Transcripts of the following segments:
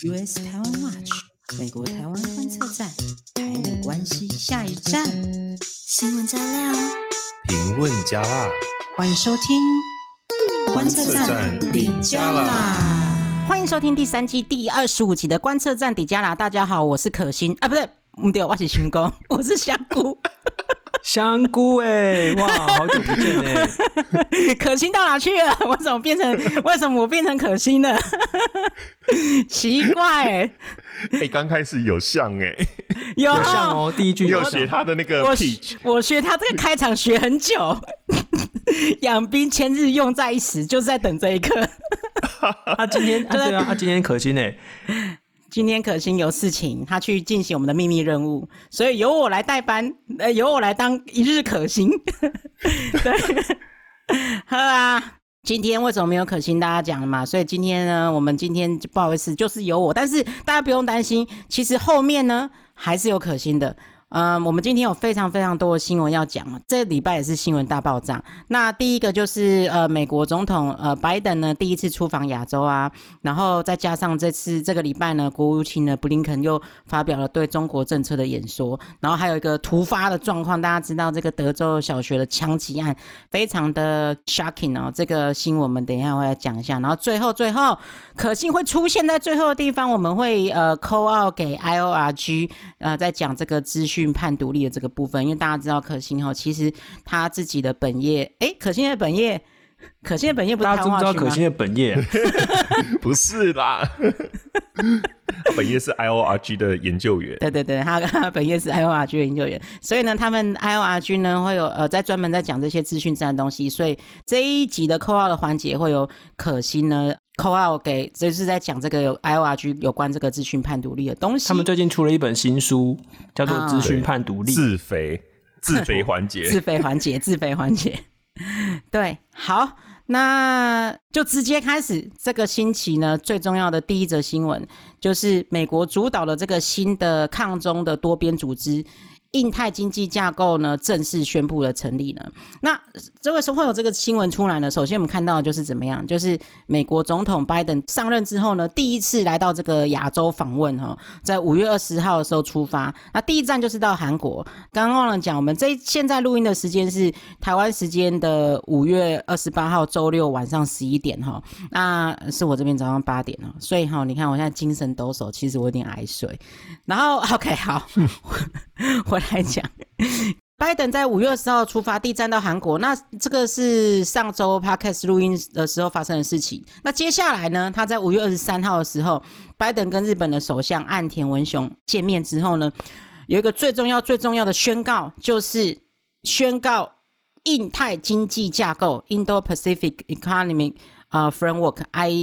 US 台湾 Watch 美国台湾观测站，台美关系下一站，新闻加料， 评论加辣， 欢迎收听观测站底加啦。欢迎收听第3季第25集的观测站底加啦。大家好，我是可心啊，不对，不对，我是新公，我是香菇。 香菇哇，好久不见可心到哪去了？为什么我变成可心了？奇怪刚开始有像有像哦，第一句有学他的那个 pitch， 我学他这个开场学很久，养兵千日用在一时，就是在等这一刻。 今天可心今天可心有事情，他去进行我们的秘密任务，所以由我来代班，由我来当一日可心。对，好啊。今天为什么没有可心？大家讲了嘛，所以今天呢，我们今天不好意思，就是有我，但是大家不用担心，其实后面呢还是有可心的。我们今天有非常非常多的新闻要讲，这礼拜也是新闻大爆炸。那第一个就是美国总统拜登呢第一次出访亚洲啊，然后再加上这个礼拜呢，国务卿呢布林肯又发表了对中国政策的演说，然后还有一个突发的状况，大家知道这个德州小学的枪击案非常的 shocking 哦，这个新闻我们等一下会来讲一下。然后最后可信会出现在最后的地方，我们会call out 给 IORG 在讲这个资讯判独立的这个部分，因为大家知道可心其实他自己的本业，可心的本业不是台湾话区吗？ 大家知不知道可心的本业？ 不是啦，本业是 IORG 的研究员。 对，他本业是 IORG 的研究员，所以呢，他们 IORG 呢会有在专门在讲这些资讯站的东西，所以这一集的 call out 的环节会有可心呢call out 给，就是在讲这个 IORG 有关这个资讯判独立的东西。 他们最近出了一本新书，叫做《资讯判独立》。 自肥环节， 自肥环节。对，好，那就直接开始这个星期呢，最重要的第一则新闻就是美国主导的这个新的抗中的多边组织。印太经济架构呢正式宣布了成立呢。那这为什么会有这个新闻出来呢？首先我们看到的就是怎么样，就是美国总统拜登上任之后呢，第一次来到这个亚洲访问在5月20号的时候出发。那第一站就是到韩国。刚刚忘了讲，我们现在录音的时间是台湾时间的5月28号周六晚上11点那是我这边早上8点所以你看我现在精神抖擞，其实我有点挨睡。然后 OK 好回来讲，拜登在5月20号出发，第一站到韩国。那这个是上周 Podcast 录音的时候发生的事情。那接下来呢，他在5月23号的时候，拜登跟日本的首相岸田文雄见面之后呢，有一个最重要的宣告，就是宣告印太经济架构 Indo-Pacific Economic Framework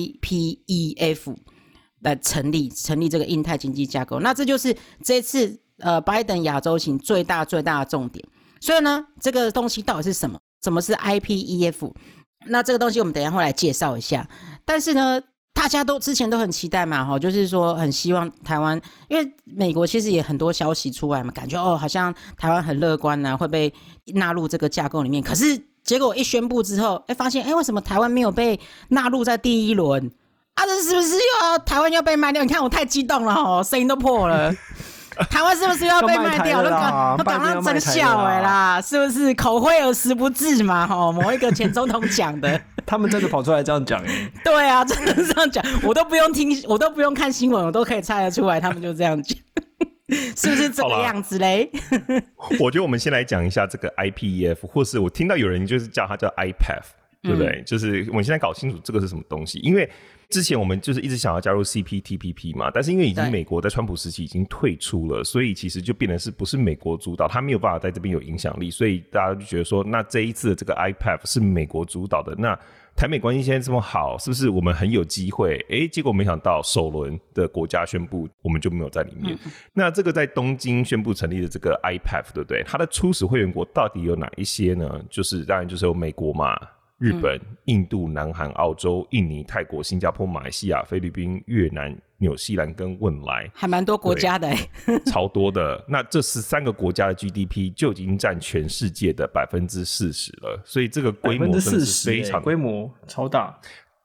IPEF 来成立这个印太经济架构。那这就是这次拜登亚洲行最大的重点。所以呢，这个东西到底是什么？什么是 IPEF？ 那这个东西我们等一下会来介绍一下。但是呢，大家之前都很期待嘛，就是说很希望台湾，因为美国其实也很多消息出来嘛，感觉好像台湾很乐观啊，会被纳入这个架构里面。可是结果一宣布之后，发现为什么台湾没有被纳入在第一轮？这是不是台湾要被卖掉？你看我太激动了声音都破了。台湾是不是要被卖掉？都赶上真笑啦，是不是？口惠而实不至嘛？某一个前总统讲的， 他们真的跑出来这样讲对啊，真的是这样讲，我都不用看新闻，我都可以猜得出来，他们就这样讲，是不是这个样子嘞？ 我觉得我们先来讲一下这个 IPEF， 或是我听到有人就是叫它叫 IPEF， 对不对？就是我们现在搞清楚这个是什么东西，因为之前我们就是一直想要加入 CPTPP 嘛，但是因为已经美国在川普时期已经退出了，所以其实就变成是不是美国主导，他没有办法在这边有影响力，所以大家就觉得说，那这一次的这个 IPEF 是美国主导的，那台美关系现在这么好，是不是我们很有机会？结果没想到首轮的国家宣布我们就没有在里面。那这个在东京宣布成立的这个 IPEF， 对不对？它的初始会员国到底有哪一些呢？当然就是有美国嘛，日本、印度、南韩、澳洲、印尼、泰国、新加坡、马来西亚、菲律宾、越南、纽西兰跟汶莱，还蛮多国家的超多的。那这13个国家的 GDP 就已经占全世界的40%了，所以这个规模真的是非常规模超大。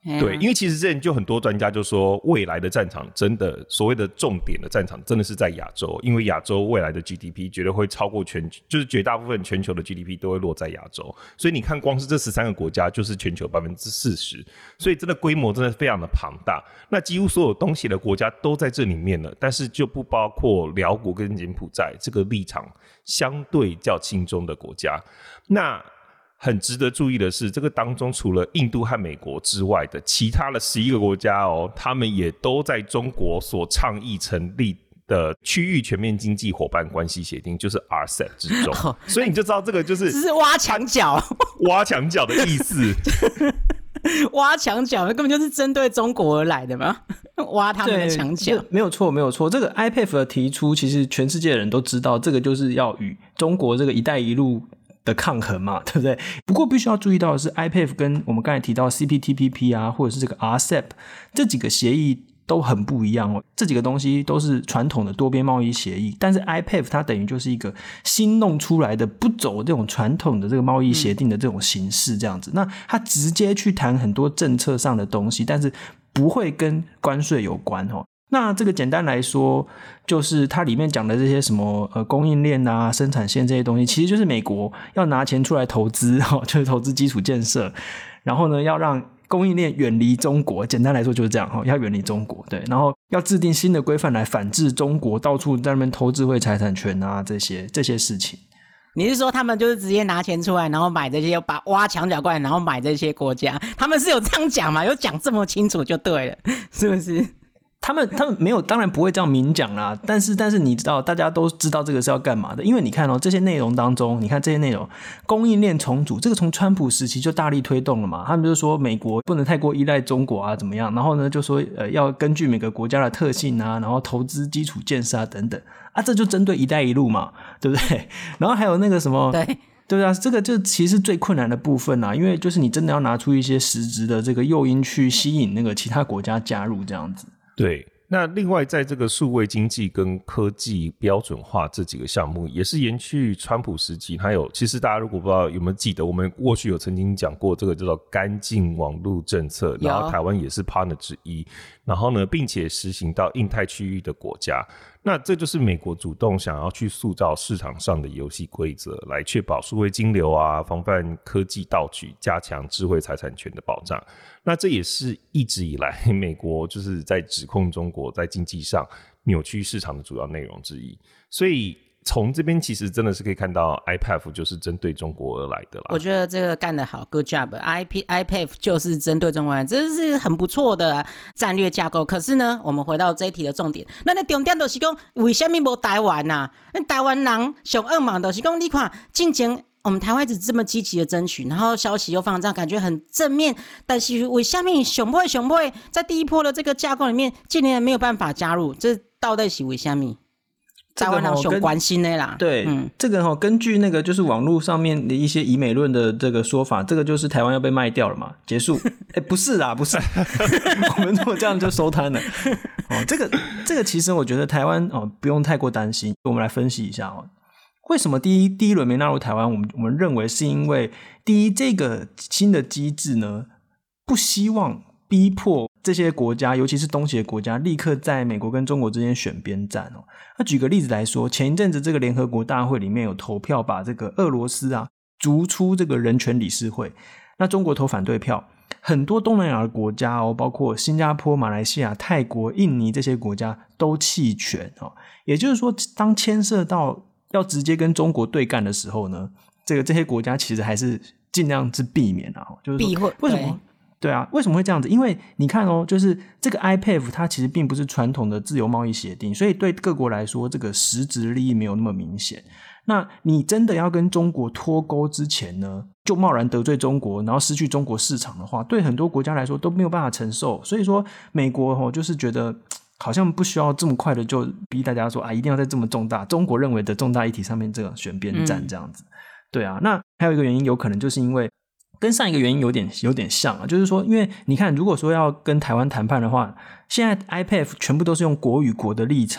对，因为其实之前就很多专家就说，未来的战场真的所谓的重点的战场真的是在亚洲，因为亚洲未来的 GDP 绝对会超过就是绝大部分全球的 GDP 都会落在亚洲，所以你看光是这13个国家就是全球 40%， 所以真的规模真的非常的庞大。那几乎所有东西的国家都在这里面了，但是就不包括辽国跟柬埔寨这个立场相对较亲中的国家。那很值得注意的是，这个当中除了印度和美国之外的其他的11个国家他们也都在中国所倡议成立的区域全面经济伙伴关系协定，就是 RCEP 之中。所以你就知道这个就是挖墙脚， 挖墙脚的意思。 挖墙脚根本就是针对中国而来的嘛，挖他们的墙角。 没有错，没有错。这个 IPEF 的提出，其实全世界的人都知道，这个就是要与中国这个一带一路的抗衡嘛，对不对？不过必须要注意到的是 IPEF 跟我们刚才提到 CPTPP 啊，或者是这个 RCEP 这几个协议都很不一样这几个东西都是传统的多边贸易协议，但是 IPEF 它等于就是一个新弄出来的，不走这种传统的这个贸易协定的这种形式这样子。那它直接去谈很多政策上的东西，但是不会跟关税有关那这个简单来说，就是它里面讲的这些什么供应链啊、生产线这些东西，其实就是美国要拿钱出来投资就是投资基础建设，然后呢要让供应链远离中国，简单来说就是这样要远离中国，对，然后要制定新的规范来反制中国到处在那边偷智慧财产权啊这些事情。 你是说他们就是直接拿钱出来，然后买这些，把挖墙脚过来，然后买这些国家？他们是有这样讲吗？有讲这么清楚就对了，是不是？ 他们没有，当然不会这样明讲啦。但是你知道，大家都知道这个是要干嘛的，因为你看这些内容当中，你看这些内容，供应链重组，这个从川普时期就大力推动了嘛。他们就说美国不能太过依赖中国啊，怎么样？然后呢，就说要根据每个国家的特性啊，然后投资基础建设啊等等啊，这就针对一带一路嘛，对不对？然后还有那个什么，对啊，这个就其实最困难的部分啊，因为就是你真的要拿出一些实质的这个诱因去吸引那个其他国家加入这样子。 对，那另外在这个数位经济跟科技标准化这几个项目也是延续川普时期，还有其实大家如果不知道有没有记得，我们过去有曾经讲过这个叫做干净网络政策，然后台湾也是 partner 之一，然后呢并且实行到印太区域的国家。那这就是美国主动想要去塑造市场上的游戏规则，来确保数位金流啊，防范科技盗取，加强智慧财产权的保障。那这也是一直以来美国就是在指控中国在经济上扭曲市场的主要内容之一。所以从这边其实真的是可以看到 IPEF 就是针对中国而来的啦。 我觉得这个干得好 ，Good job。IPEF 就是针对中国人，这是很不错的战略架构。可是呢，我们回到这一题的重点，那重点就是说，为什么没台湾啊？那台湾人上恶嘛，就是说，你看进前我们台湾一直这么积极的争取，然后消息又放这样，感觉很正面。但是为什么熊不会在第一波的这个架构里面，竟然没有办法加入？这到底是为什么？台湾人很关心的啦， 对，这个根据那个就是网络上面的一些以美论的这个说法，这个就是台湾要被卖掉了嘛，结束。不是啦，不是，我们如果这样就收摊了。这个其实我觉得台湾不用太过担心。我们来分析一下为什么第一轮没纳入台湾？我们认为是因为第一，这个新的机制呢，不希望逼迫这些国家，尤其是东协国家，立刻在美国跟中国之间选边站那举个例子来说，前一阵子这个联合国大会里面有投票把这个俄罗斯逐出这个人权理事会，那中国投反对票，很多东南亚的国家包括新加坡、马来西亚、泰国、印尼这些国家都弃权也就是说，当牵涉到要直接跟中国对干的时候呢，这些国家其实还是尽量是避免就是避讳。 为什么？对啊，为什么会这样子？因为你看就是这个 IPEF 它其实并不是传统的自由贸易协定，所以对各国来说，这个实质利益没有那么明显。那你真的要跟中国脱钩之前呢，就贸然得罪中国，然后失去中国市场的话，对很多国家来说都没有办法承受。所以说，美国就是觉得好像不需要这么快的就逼大家说一定要在这么重大中国认为的重大议题上面这个选边站这样子。对啊，那还有一个原因，有可能就是因为跟上一个原因有点像就是说，因为你看，如果说要跟台湾谈判的话，现在 IPEF 全部都是用国与国的立场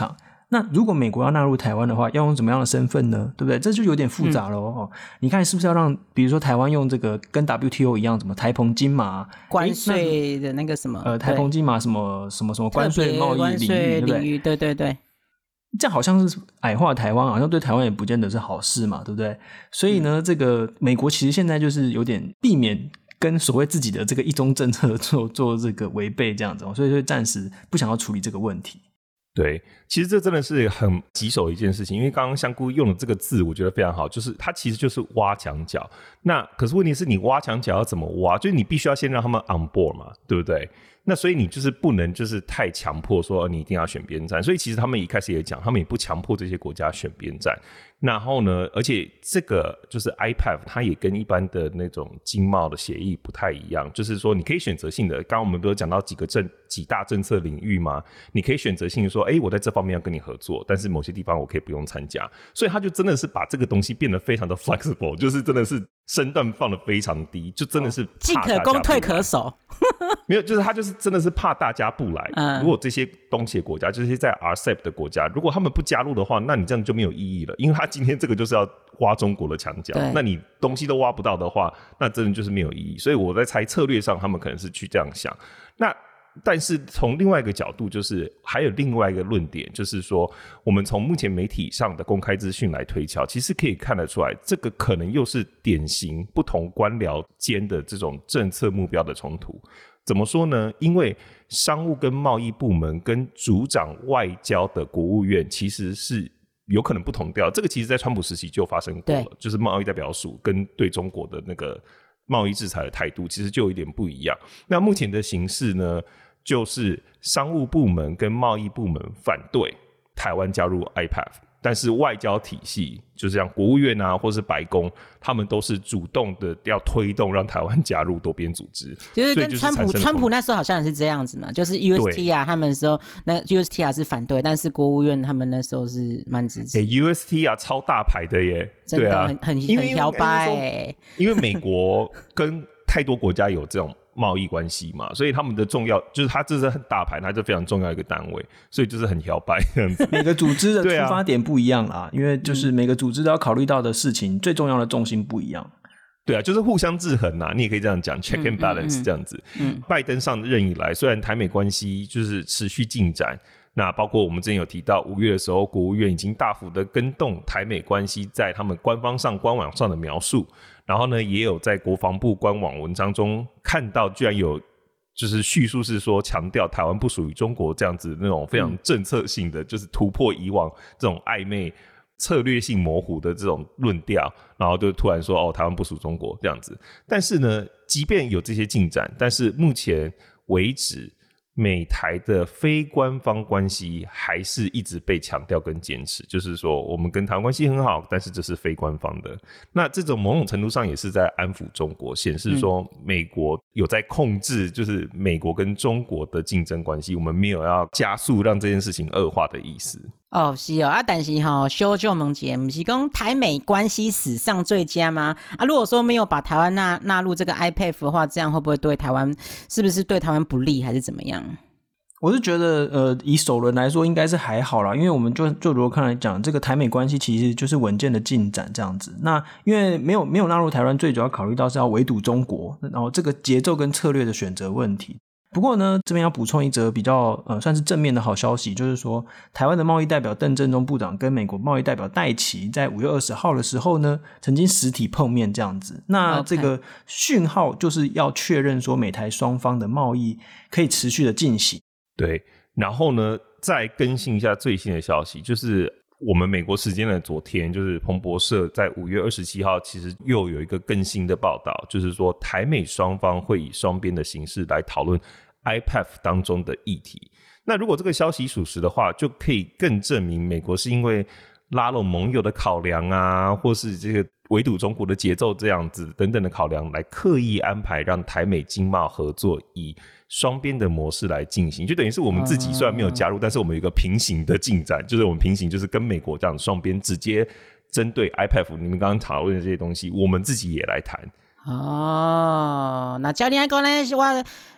那如果美国要纳入台湾的话，要用怎么样的身份呢？对不对？这就有点复杂了你看是不是要让比如说台湾用这个跟 WTO 一样，什么台澎金马关税的那个什么台澎金马什么关税贸易领域， 对对对， 这样好像是矮化台湾，好像对台湾也不见得是好事嘛，对不对？所以呢，这个美国其实现在就是有点避免跟所谓自己的这个一中政策做这个违背这样子，所以就暂时不想要处理这个问题。 对，其实这真的是很棘手的一件事情，因为刚刚香菇用的这个字我觉得非常好，就是它其实就是挖墙脚。那可是问题是你挖墙脚要怎么挖，就是你必须要先让他们 on board 嘛，对不对？那所以你就是不能就是太强迫说你一定要选边站，所以其实他们一开始也讲，他们也不强迫这些国家选边站。然后呢，而且这个就是 IPEF 它也跟一般的那种经贸的协议不太一样，就是说你可以选择性的，刚刚我们不是讲到几大政策领域吗？你可以选择性的说我在这方面要跟你合作，但是某些地方我可以不用参加。所以他就真的是把这个东西变得非常的 flexible， 就是真的是身段放得非常低，就真的是进可攻退可守。 没有，就是他就是真的是怕大家不来。如果这些东协国家，这些在 RCEP 的国家，如果他们不加入的话，那你这样就没有意义了，因为他今天这个就是要挖中国的墙角，那你东西都挖不到的话，那真的就是没有意义。所以我在猜策略上他们可能是去这样想。但是从另外一个角度，就是还有另外一个论点，就是说我们从目前媒体上的公开资讯来推敲，其实可以看得出来，这个可能又是典型不同官僚间的这种政策目标的冲突。怎么说呢？因为商务跟贸易部门跟主掌外交的国务院其实是有可能不同调，这个其实在川普时期就发生过了，就是贸易代表署跟对中国的那个贸易制裁的态度其实就有一点不一样。那目前的形势呢，就是商务部门跟贸易部门反对台湾加入 IPEF， 但是外交体系就像国务院啊或是白宫，他们都是主动的要推动让台湾加入多边组织， 就是跟川普那时候好像也是这样子嘛，就是 USTR 他们的时候，那 USTR 是反对，但是国务院他们那时候是蛮支持。 USTR 超大牌的耶， 真的对啊， 很摇摆耶， 因为美国跟太多国家有这种贸易关系嘛，所以他们的重要就是它这是很大牌，它是非常重要的一个单位，所以就是很摇摆这样子。 每个组织的出发点不一样啦，因为就是每个组织都要考虑到的事情，最重要的重心不一样。 对啊，就是互相制衡啊，你也可以这样讲 check and balance 这样子。拜登上任以来，虽然台美关系就是持续进展，那包括我们之前有提到5月的时候，国务院已经大幅的更动台美关系在他们官网上的描述，然后呢也有在国防部官网文章中看到居然有就是叙述是说强调台湾不属于中国这样子那种非常政策性的，就是突破以往这种暧昧策略性模糊的这种论调，然后就突然说台湾不属中国这样子。但是呢即便有这些进展，但是目前为止美台的非官方关系还是一直被强调跟坚持，就是说我们跟台湾关系很好，但是这是非官方的。那这种某种程度上也是在安抚中国，显示说美国有在控制就是美国跟中国的竞争关系，我们没有要加速让这件事情恶化的意思。 是哦，但是小就问一下，不是说台美关系史上最佳吗？如果说没有把台湾纳入这个 IPEF 的话，这样会不会对台湾，是不是对台湾不利，还是怎么样？ 我是觉得以首轮来说应该是还好啦，因为我们就如果看来讲，这个台美关系其实就是稳健的进展这样子。那因为没有纳入台湾，最主要考虑到是要围堵中国，然后这个节奏跟策略的选择问题。不过呢，这边要补充一则比较算是正面的好消息，就是说台湾的贸易代表邓正中部长跟美国贸易代表戴琪在5月20号的时候呢，曾经实体碰面这样子。那这个讯号就是要确认说美台双方的贸易可以持续的进行。 对，然后呢再更新一下最新的消息，就是我们美国时间的昨天，就是彭博社在5月27号其实又有一个更新的报道，就是说台美双方会以双边的形式来讨论 IPEF 当中的议题。那如果这个消息属实的话，就可以更证明美国是因为拉拢盟友的考量啊，或是这个围堵中国的节奏这样子等等的考量，来刻意安排让台美经贸合作以双边的模式来进行，就等于是我们自己虽然没有加入，但是我们有一个平行的进展，就是我们平行就是跟美国这样双边直接针对 IPEF 你们刚刚讨论的这些东西，我们自己也来谈。 那教练讲呢，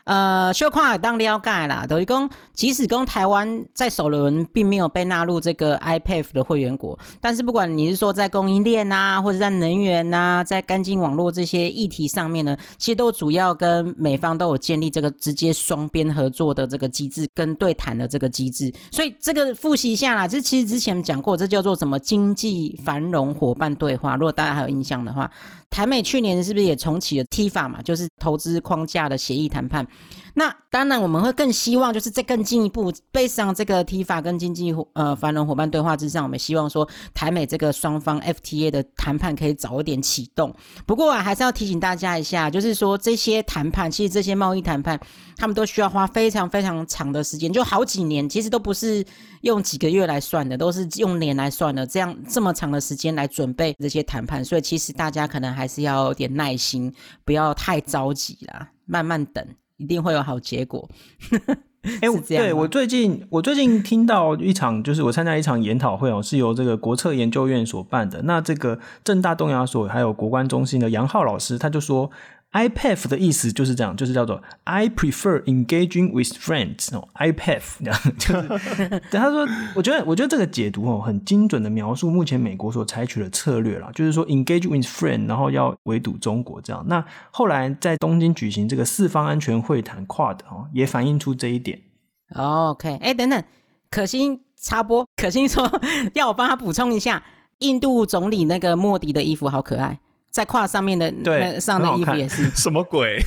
小看也当了解啦，就是说即使跟台湾在首轮并没有被纳入这个 IPEF 的会员国，但是不管你是说在供应链啊，或者在能源啊，在干净网络这些议题上面呢，其实都主要跟美方都有建立这个直接双边合作的这个机制跟对谈的这个机制。所以这个复习一下啦，这其实之前讲过，这叫做什么经济繁荣伙伴对话，如果大家还有印象的话，台美去年是不是也重启了 TIFA 嘛，就是投资框架的协议谈判。那当然我们会更希望就是再更进一步背上这个 TIFA 跟经济繁荣伙伴对话之上，我们希望说台美这个双方 FTA 的谈判可以早一点启动。不过还是要提醒大家一下，就是说这些谈判，其实这些贸易谈判他们都需要花非常非常长的时间，就好几年，其实都不是用几个月来算的，都是用年来算的，这么长的时间来准备这些谈判。所以其实大家可能还是要有点耐心，不要太着急啦，慢慢等，一定会有好结果。 对，我最近听到一场，就是我参加一场研讨会是由这个国策研究院所办的。那这个政大东亚所还有国关中心的杨浩老师，他就说 IPEF 的意思就是这样，就是叫做 I prefer engaging with friends、IPEF 这样，就是他说我觉得这个解读很精准的描述目前美国所采取的策略啦，就是说 engage with friends 然后要围堵中国这样。那后来在东京举行这个四方安全会谈 QUAD 也反映出这一点。 OK， 等等，可心插播，可心说要我帮他补充一下，印度总理那个莫迪的衣服好可爱，在胯上面的那上的衣服也是什么鬼？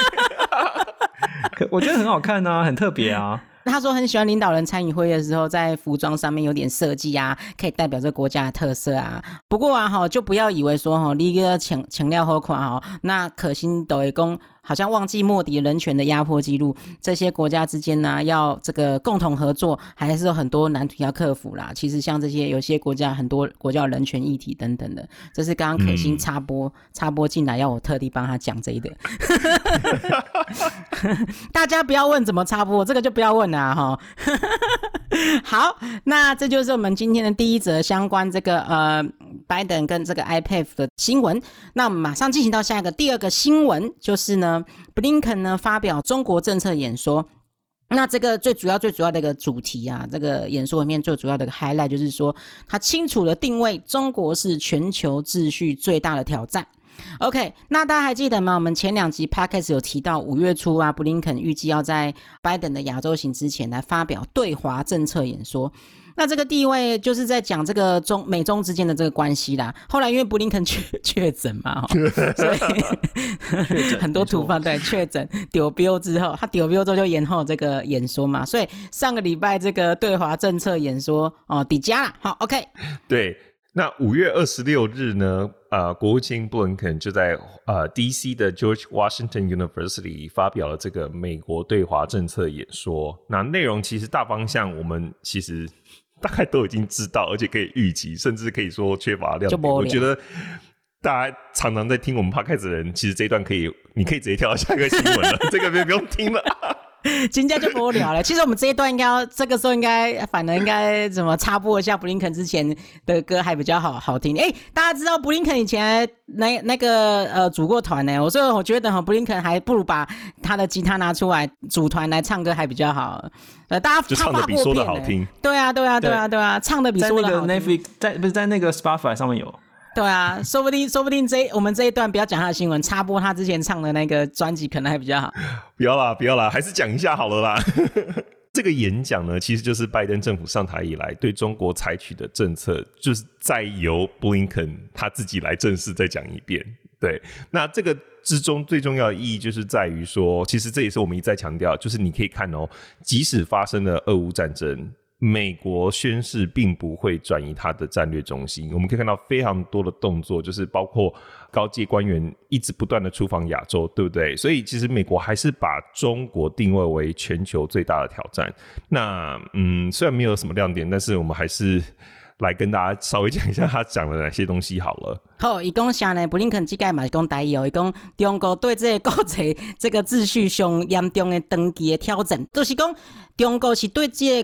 我觉得很好看啊，很特别啊。 他说很喜欢领导人参与会议的时候在服装上面有点设计啊，可以代表这个国家的特色啊。不过啊就不要以为说你个强料好看那可心都会说好像忘记莫迪人权的压迫记录，这些国家之间呢要这个共同合作还是有很多难题要克服啦。其实像这些有些国家很多国家的人权议题等等的，这是刚刚可心插播进来要我特地帮他讲这一点。大家不要问怎么插播，这个就不要问啦好，那这就是我们今天的第一则相关这个拜登跟这个 IPEF 的新闻。那我们马上进行到下一个第二个新闻，就是呢布林肯呢发表中国政策演说。那这个最主要的一个主题啊，这个演说里面最主要的一个 highlight 就是说他清楚的定位中国是全球秩序最大的挑战。OK， 那大家还记得吗？我们前2集 Podcast 有提到5月初啊，布林肯预计要在拜登的亚洲行之前来发表对华政策演说。那这个地位就是在讲这个美中之间的这个关系啦。后来因为布林肯确诊嘛，所以很多土方对确诊丢标之后，他丢标之后就延后这个演说嘛，所以上个礼拜这个对华政策演说抵加啦。好 ，OK， 对。那5月26日呢，国务卿布林肯就在DC 的 George Washington University 发表了这个美国对华政策演说。那内容其实大方向我们其实大概都已经知道，而且可以预期，甚至可以说缺乏亮点。我觉得大家常常在听我们 Podcast 的人，其实这一段你可以直接跳到下一个新闻了，这个不用听了。 今天就不聊了。其实我们这一段这个时候反而应该怎么插播一下布林肯之前的歌还比较好听。大家知道布林肯以前那个组过团呢，所以我觉得布林肯还不如把他的吉他拿出来组团来唱歌还比较好。大家就唱的比说的好听。 对啊，唱的比说的好听。 在那个 Netflix 在那个 Spotify 上面有。 对啊，说不定我们这一段不要讲他的新闻，插播他之前唱的那个专辑可能还比较好。 不要啦，还是讲一下好了啦。这个演讲呢，其实就是拜登政府上台以来对中国采取的政策，就是再由布林肯他自己来正式再讲一遍。对，那这个之中最重要的意义就是在于说，其实这也是我们一再强调，就是你可以看即使发生了俄乌战争，美国宣示并不会转移它的战略中心。我们可以看到非常多的动作，就是包括高阶官员一直不断的出访亚洲，对不对？所以其实美国还是把中国定位为全球最大的挑战。那虽然没有什么亮点，但是我们还是来跟大家稍微讲一下他讲了哪些东西好了。 好，他说啥呢？布林肯这次嘛是讲台语他说中国对这个国际这个秩序上严重的长期的挑战，就是说中国是对这个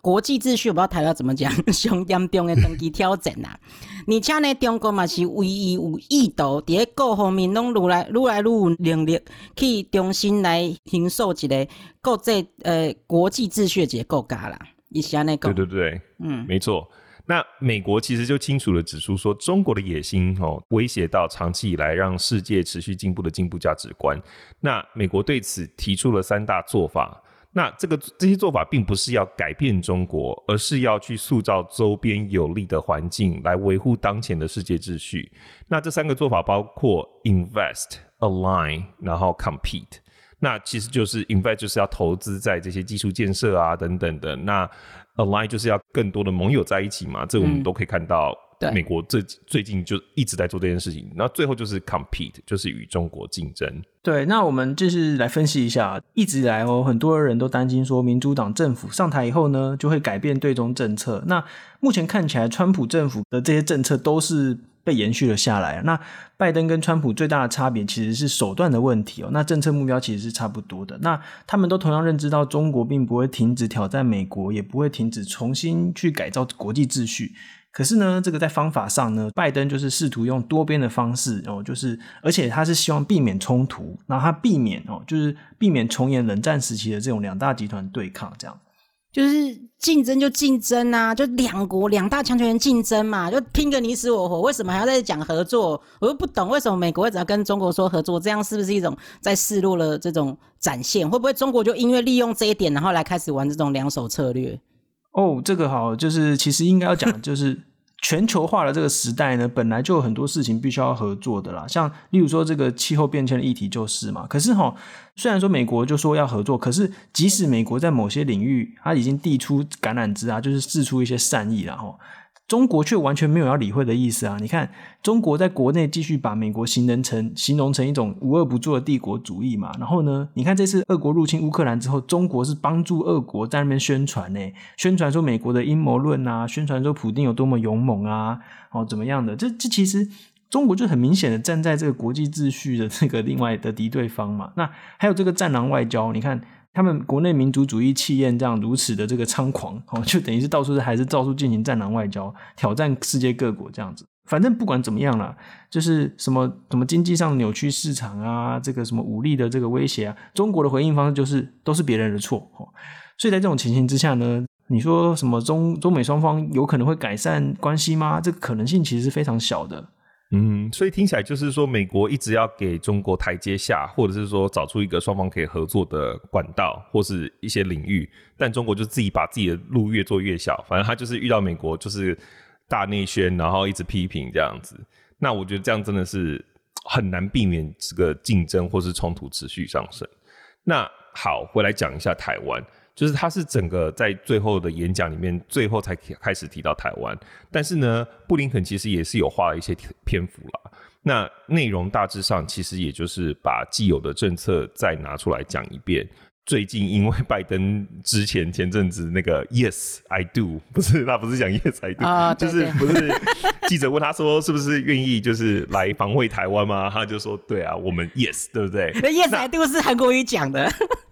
国际秩序，我不知道台湾怎么讲，上严重的长期挑战啦。而且呢，中国嘛是唯一有意图，伫咧各方面拢愈来愈有能力，去重新来形塑一个国际国际秩序的一个国家啦。以前那个， 对，没错。那美国其实就清楚地指出说，中国的野心威胁到长期以来让世界持续进步的进步价值观。那美国对此提出了3大做法。那这些做法并不是要改变中国，而是要去塑造周边有利的环境，来维护当前的世界秩序。那这3个做法包括 invest、align， 然后 compete。那其实就是 invest 就是要投资在这些基础建设啊等等的，那 align 就是要更多的盟友在一起嘛，这我们都可以看到美国最近就一直在做这件事情。然后最后就是 compete， 就是与中国竞争。 对，那我们就是来分析一下，一直以来很多人都担心说民主党政府上台以后呢，就会改变对中政策。那目前看起来川普政府的这些政策都是被延续了下来。那拜登跟川普最大的差别其实是手段的问题那政策目标其实是差不多的。那他们都同样认知到中国并不会停止挑战美国，也不会停止重新去改造国际秩序。可是呢，这个在方法上呢，拜登就是试图用多边的方式就是而且他是希望避免冲突，然后他就是避免重演冷战时期的这种2大集团对抗，这样就是竞争就竞争啊，就2大强权竞争嘛，就拼个你死我活，为什么还要再讲合作？我又不懂为什么美国一直要跟中国说合作，这样是不是一种在示弱了这种展现？会不会中国就因为利用这一点，然后来开始玩这种2手策略？ 这个好，就是其实应该要讲就是全球化的这个时代呢，本来就有很多事情必须要合作的啦，像例如说这个气候变迁的议题就是嘛。可是虽然说美国就说要合作，可是即使美国在某些领域它已经递出橄榄枝就是释出一些善意啦中国却完全没有要理会的意思你看中国在国内继续把美国形容成一种无恶不作的帝国主义嘛，然后呢你看这次俄国入侵乌克兰之后，中国是帮助俄国在那边宣传宣传说美国的阴谋论宣传说普丁有多么勇猛怎么样的，这其实中国就很明显的站在这个国际秩序的这个另外的敌对方嘛。那还有这个战狼外交，你看他们国内民族主义气焰这样如此的这个猖狂就等于是到处进行战狼外交，挑战世界各国这样子。反正不管怎么样啦，就是什么经济上扭曲市场这个什么武力的这个威胁中国的回应方式就是都是别人的错所以在这种情形之下呢，你说什么中美双方有可能会改善关系吗？这个可能性其实是非常小的。 所以听起来就是说美国一直要给中国台阶下，或者是说找出一个双方可以合作的管道或是一些领域，但中国就自己把自己的路越做越小，反正他就是遇到美国就是大内宣，然后一直批评这样子。那我觉得这样真的是很难避免这个竞争或是冲突持续上升。那好，回来讲一下台湾，就是他是整个在最后的演讲里面最后才开始提到台湾，但是呢布林肯其实也是有花了一些篇幅啦。那内容大致上其实也就是把既有的政策再拿出来讲一遍。最近因为拜登前阵子那个 Yes I do， 他不是讲 Yes I do，就是不是记者问他说是不是愿意就是来防卫台湾吗？他就说对啊，我们 Yes， 对不对？ Yes I do 是韩国语讲的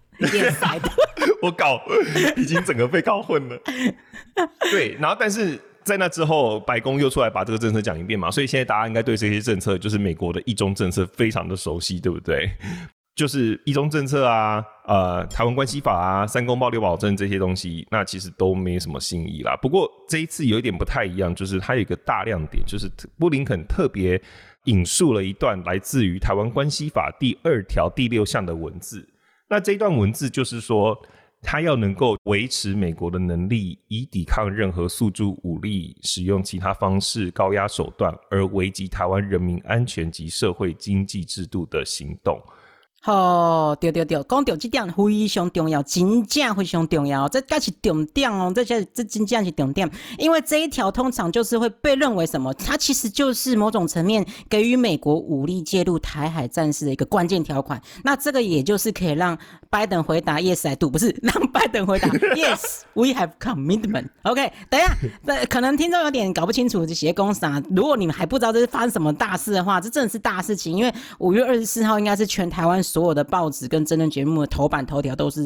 Yes I do 我搞已经整个被搞混了。对，然后但是在那之后白宫又出来把这个政策讲一遍嘛，所以现在大家应该对这些政策就是美国的一中政策非常的熟悉，对不对？就是一中政策台湾关系法3公报6保证这些东西，那其实都没什么新意啦。不过这一次有一点不太一样，就是它有一个大亮点，就是布林肯特别引述了一段来自于台湾关系法第2条第6项的文字。那这一段文字就是说，他要能够维持美国的能力，以抵抗任何诉诸武力、使用其他方式高压手段而危及台湾人民安全及社会经济制度的行动。 对，讲到这点非常重要，真正非常重要，这才是重点这真正是重点。因为这一条通常就是会被认为什么，它其实就是某种层面给予美国武力介入台海战事的一个关键条款。那这个也就是可以让拜登回答 Yes I do， 不是让拜登回答Yes we have commitment。 OK， 等一下，可能听众有点搞不清楚这些公啥，如果你们还不知道这是发生什么大事的话，这真的是大事情。因为5月24号应该是全台湾所有的报纸跟真人节目的头版头条都是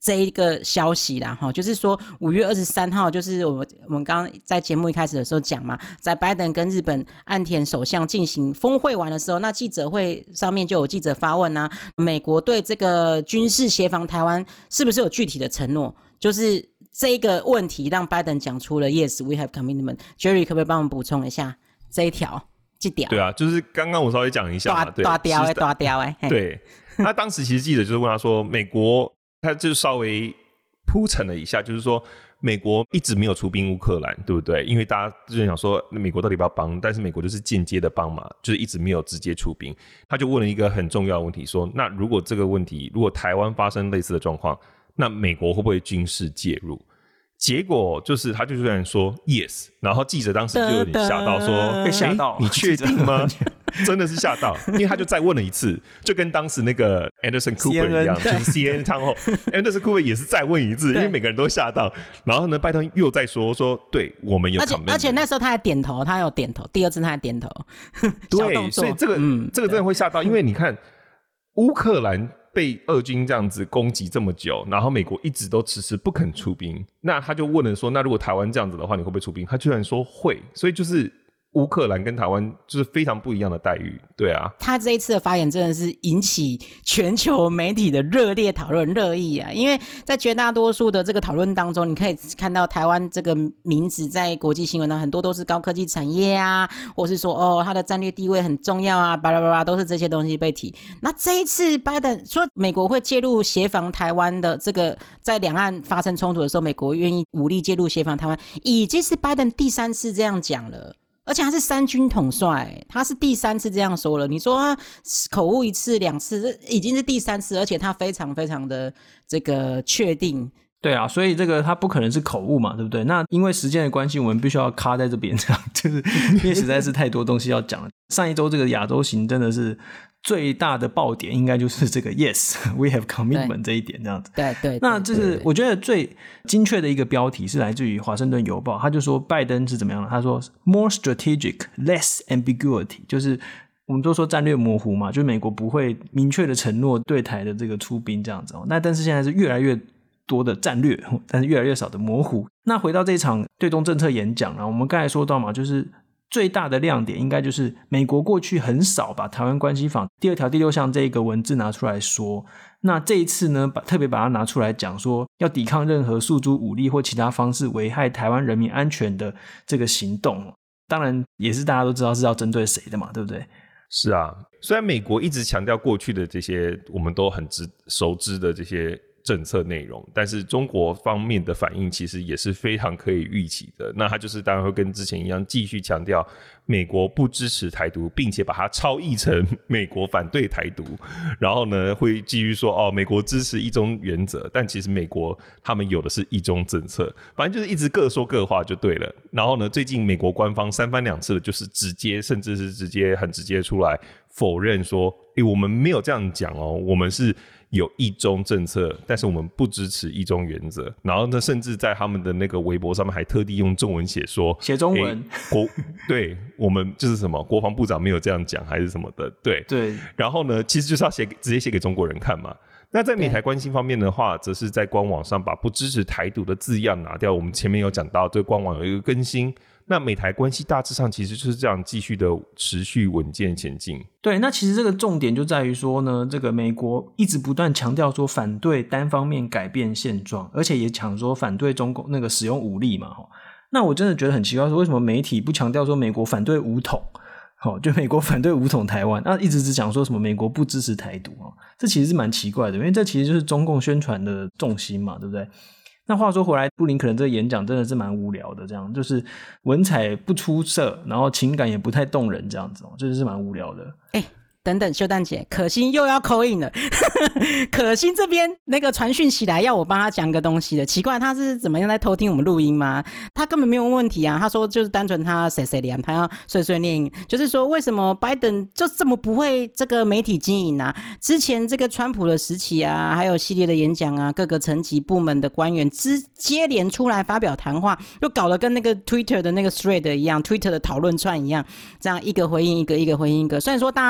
这一个消息啦，就是说5月23号，就是我们刚刚在节目一开始的时候讲嘛，在拜登跟日本岸田首相进行峰会完的时候，那记者会上面就有记者发问啊，美国对这个军事协防台湾是不是有具体的承诺？就是这个问题让拜登讲出了 Yes, we have commitment。 Jerry 可不可以帮我们补充一下这一条？这条对啊，就是刚刚我稍微讲一下嘛， 大条对，那当时其实记者就是问他说，美国他就稍微铺陈了一下，就是说美国一直没有出兵乌克兰，对不对？因为大家就想说美国到底要不要帮，但是美国就是间接的帮嘛，就是一直没有直接出兵。他就问了一个很重要的问题，说那如果这个问题，如果台湾发生类似的状况，那美国会不会军事介入？结果就是他就突然说 yes， 然后记者当时就有点吓到说， 被吓到， 你确定吗？真的是吓到，因为他就再问了一次，就跟当时那个 Anderson Cooper 一样，就是 CNN 汤后 Anderson Cooper 也是再问一次，因为每个人都吓到。然后呢，拜登又再说对我们有 commitment， 而且那时候他还点头，他有点头，第二次他还点头， 对，所以这个真的会吓到，因为你看乌克兰被俄军这样子攻击这么久，然后美国一直都迟迟不肯出兵，那他就问了说，那如果台湾这样子的话，你会不会出兵？他居然说会，所以就是乌克兰跟台湾就是非常不一样的待遇，对啊。 他这一次的发言真的是引起全球媒体的热烈讨论热议啊！因为在绝大多数的这个讨论当中，你可以看到台湾这个名字在国际新闻上很多都是高科技产业啊，或是说它的战略地位很重要啊，巴拉巴拉都是这些东西被提。那这一次拜登说美国会介入协防台湾的这个，在两岸发生冲突的时候，美国愿意武力介入协防台湾，已经是拜登第3次这样讲了。而且他是3军统帅，他是第3次这样说了。你说他口误1次2次，这已经是第3次，而且他非常非常的这个确定。 对啊，所以这个他不可能是口误嘛，对不对？那因为时间的关系，我们必须要卡在这边，这样就是因为实在是太多东西要讲了。上一周这个亚洲行真的是最大的爆点，应该就是这个 Yes, we have commitment 这一点这样子。 对， 那这是我觉得最精确的一个标题是来自于华盛顿邮报，他就说拜登是怎么样的？他说 more strategic, less ambiguity， 就是我们都说战略模糊嘛，就是美国不会明确的承诺对台的这个出兵这样子。那但是现在是越来越多的战略，但是越来越少的模糊。那回到这场对中政策演讲我们刚才说到嘛，就是最大的亮点应该就是美国过去很少把台湾关系法第2条第6项这一个文字拿出来说，那这一次呢特别把它拿出来讲说要抵抗任何诉诸武力或其他方式危害台湾人民安全的这个行动，当然也是大家都知道是要针对谁的嘛，对不对？ 是啊，虽然美国一直强调过去的这些我们都很熟知的这些政策内容，但是中国方面的反应其实也是非常可以预期的。那他就是当然会跟之前一样继续强调美国不支持台独，并且把它超译成美国反对台独，然后呢会继续说美国支持一中原则，但其实美国他们有的是一中政策，反正就是一直各说各话就对了。然后呢最近美国官方3番2次的就是直接甚至是很直接出来否认说我们没有这样讲我们是有一中政策，但是我们不支持一中原则。然后呢甚至在他们的那个微博上面还特地用中文写中文对，我们就是什么国防部长没有这样讲还是什么的，对。然后呢其实就是要直接写给中国人看嘛。那在美台关系方面的话，则是在官网上把不支持台独的字样拿掉。我们前面有讲到这个官网有一个更新，那美台关系大致上其实就是这样继续的持续稳健前进。 对，那其实这个重点就在于说呢，这个美国一直不断强调说反对单方面改变现状，而且也讲说反对中共那个使用武力嘛。那我真的觉得很奇怪，说为什么媒体不强调说美国反对武统，就美国反对武统台湾，那一直只讲说什么美国不支持台独，这其实是蛮奇怪的，因为这其实就是中共宣传的重心嘛，对不对？那话说回来，布林肯这个演讲真的是蛮无聊的，这样就是文采不出色，然后情感也不太动人，这样子真的是蛮无聊的。 等等，秀蛋姐，可心又要 call in 了。可心这边那个传讯息来要我帮他讲个东西的，奇怪，他是怎么样在偷听我们录音吗？他根本没有问题啊，他说就是单纯他谁凉，他要碎碎念，就是说为什么拜登就这么不会这个媒体经营啊？之前这个川普的时期啊，还有系列的演讲啊，各个层级部门的官员接连出来发表谈话，又搞得跟那个 Twitter 的那个 thread 一样， Twitter 的讨论串一样，这样一个回应一个，一个回应一个。虽然说大家之前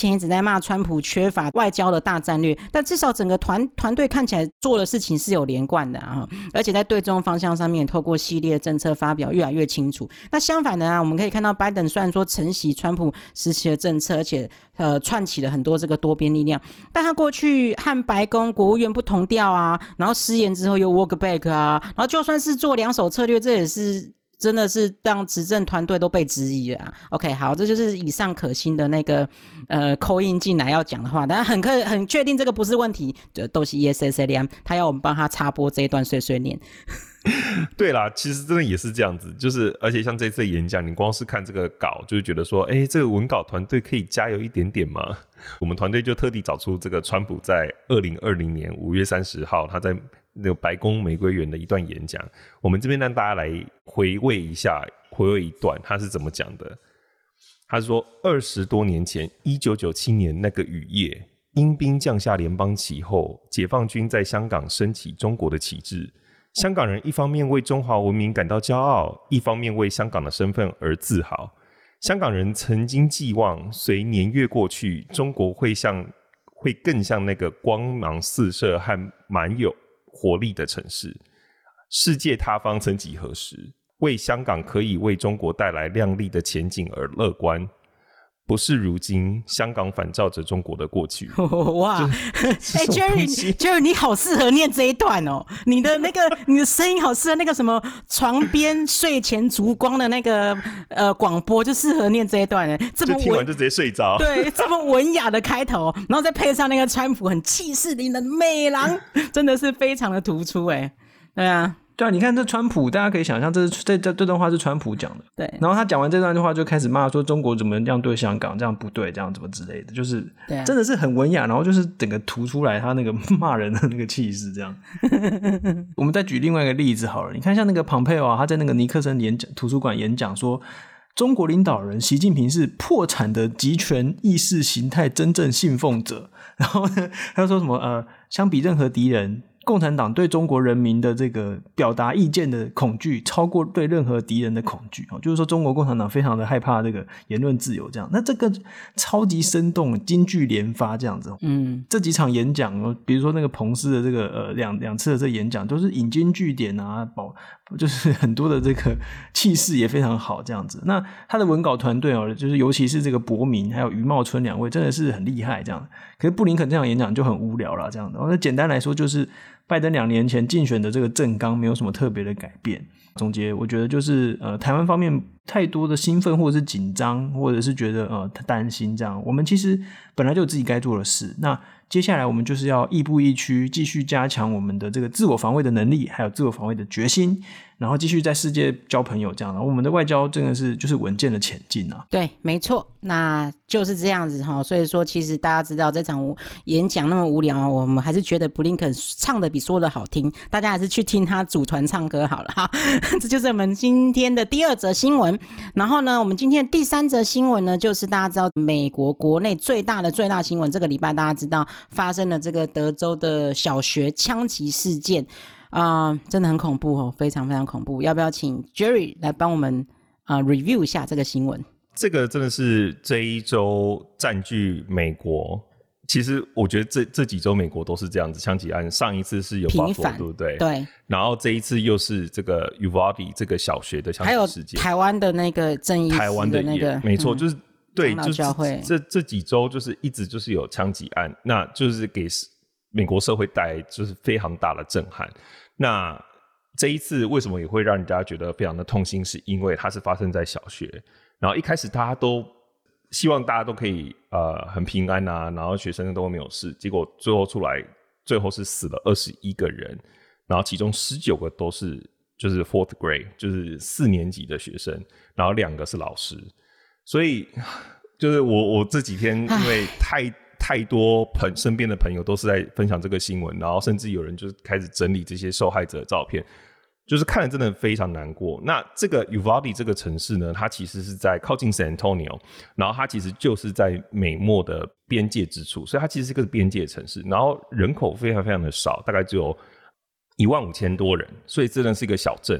前一直在骂川普缺乏外交的大战略，但至少整个团队看起来做的事情是有连贯的啊，而且在对中方向上面透过系列政策发表越来越清楚。那相反的啊，我们可以看到拜登虽然说承袭川普时期的政策，而且串起了很多这个多边力量，但他过去和白宫国务院不同调啊，然后失言之后又 walk back 啊，然后就算是做两手策略，这也是真的是让执政团队都被质疑了啊。OK， 好，这就是以上可心的那个call in进来要讲的话，但很确定这个不是问题，都是 ESSLM， 他要我们帮他插播这一段碎碎念。 对啦，其实真的也是这样子，就是而且像这次的演讲，你光是看这个稿，就是觉得说，这个文稿团队可以加油一点点吗？我们团队就特地找出这个川普在2020年5月30号他在那个白宫玫瑰园的一段演讲，我们这边让大家来回味一段他是怎么讲的。他说20多年前1997年那个雨夜，英兵降下联邦旗后，解放军在香港升起中国的旗帜，香港人一方面为中华文明感到骄傲，一方面为香港的身份而自豪。香港人曾经寄望随年月过去，中国会更像那个光芒四射和满有活力的城市。世界他方曾几何时，为香港可以为中国带来亮丽的前景而乐观。不是如今，香港反照着中国的过去。 哇，Jerry， 你好适合念这一段哦。你的声音好适合那个什么床边睡前烛光的那个广播，就适合念这一段的。这么就听完就直接睡着。 对，这么文雅的开头，然后再配上那个川普很气势凌人的美郎，真的是非常的突出哎。对啊。 对啊，你看这川普，大家可以想象这段话是川普讲的。 对， 然后他讲完这段话就开始骂说中国怎么这样对香港，这样不对，这样怎么之类的，就是真的是很文雅，然后就是整个突出来他那个骂人的那个气势这样。我们再举另外一个例子好了，你看像那个庞佩奥啊，他在那个尼克森图书馆演讲说，中国领导人习近平是破产的极权意识形态真正信奉者。然后呢，他说什么相比任何敌人，共产党对中国人民的这个表达意见的恐惧超过对任何敌人的恐惧，就是说中国共产党非常的害怕这个言论自由这样。那这个超级生动，金句连发这样子。这几场演讲，比如说那个彭斯的这个两次的这个演讲都是引经据典啊，就是很多的这个气势也非常好这样子。那他的文稿团队就是尤其是这个伯明还有余茂春两位真的是很厉害这样。可是布林肯这场演讲就很无聊啦这样的。那简单来说就是拜登2年前竞选的这个政纲没有什么特别的改变。总结我觉得就是台湾方面太多的兴奋或者是紧张，或者是觉得担心这样。我们其实本来就有自己该做的事，那接下来我们就是要亦步亦趋，继续加强我们的这个自我防卫的能力，还有自我防卫的决心，然后继续在世界交朋友这样。然后我们的外交真的是就是稳健的前进啊。 对，没错，那就是这样子哈。所以说其实大家知道这场演讲那么无聊，我们还是觉得布林肯唱的比说的好听，大家还是去听他组团唱歌好了哈。这就是我们今天的第2则新闻。然后呢，我们今天的第3则新闻呢，就是大家知道美国国内最大新闻，这个礼拜大家知道发生了这个德州的小学枪击事件真的很恐怖哦，非常非常恐怖。要不要请 Jerry 来帮我们review 一下这个新闻？ 这个真的是这一周占据美国，其实我觉得这几周美国都是这样子，枪击案上一次是有频繁， 对不对？ 对。 然后这一次又是这个 Uvalde 这个小学的枪击事件， 还有台湾的那个正义台湾的那个， 没错，就是对， 就是这几周就是一直就是有枪击案，那就是给美国社会带来就是非常大的震撼。那这一次为什么也会让人家觉得非常的痛心，是因为它是发生在小学，然后一开始大家都希望大家都可以很平安啊，然后学生都没有事，结果最后是死了21个人，然后其中19个都是就是 4th grade 就是4年级的学生，然后2个是老师。所以就是我这几天因为太多身边的朋友都是在分享这个新闻，然后甚至有人就开始整理这些受害者的照片，就是看了真的非常难过。那这个 Uvalde 这个城市呢，它其实是在靠近 San Antonio， 然后它其实就是在美墨的边界之处，所以它其实是个边界城市，然后人口非常非常的少，大概只有15000多人，所以真的是一个小镇。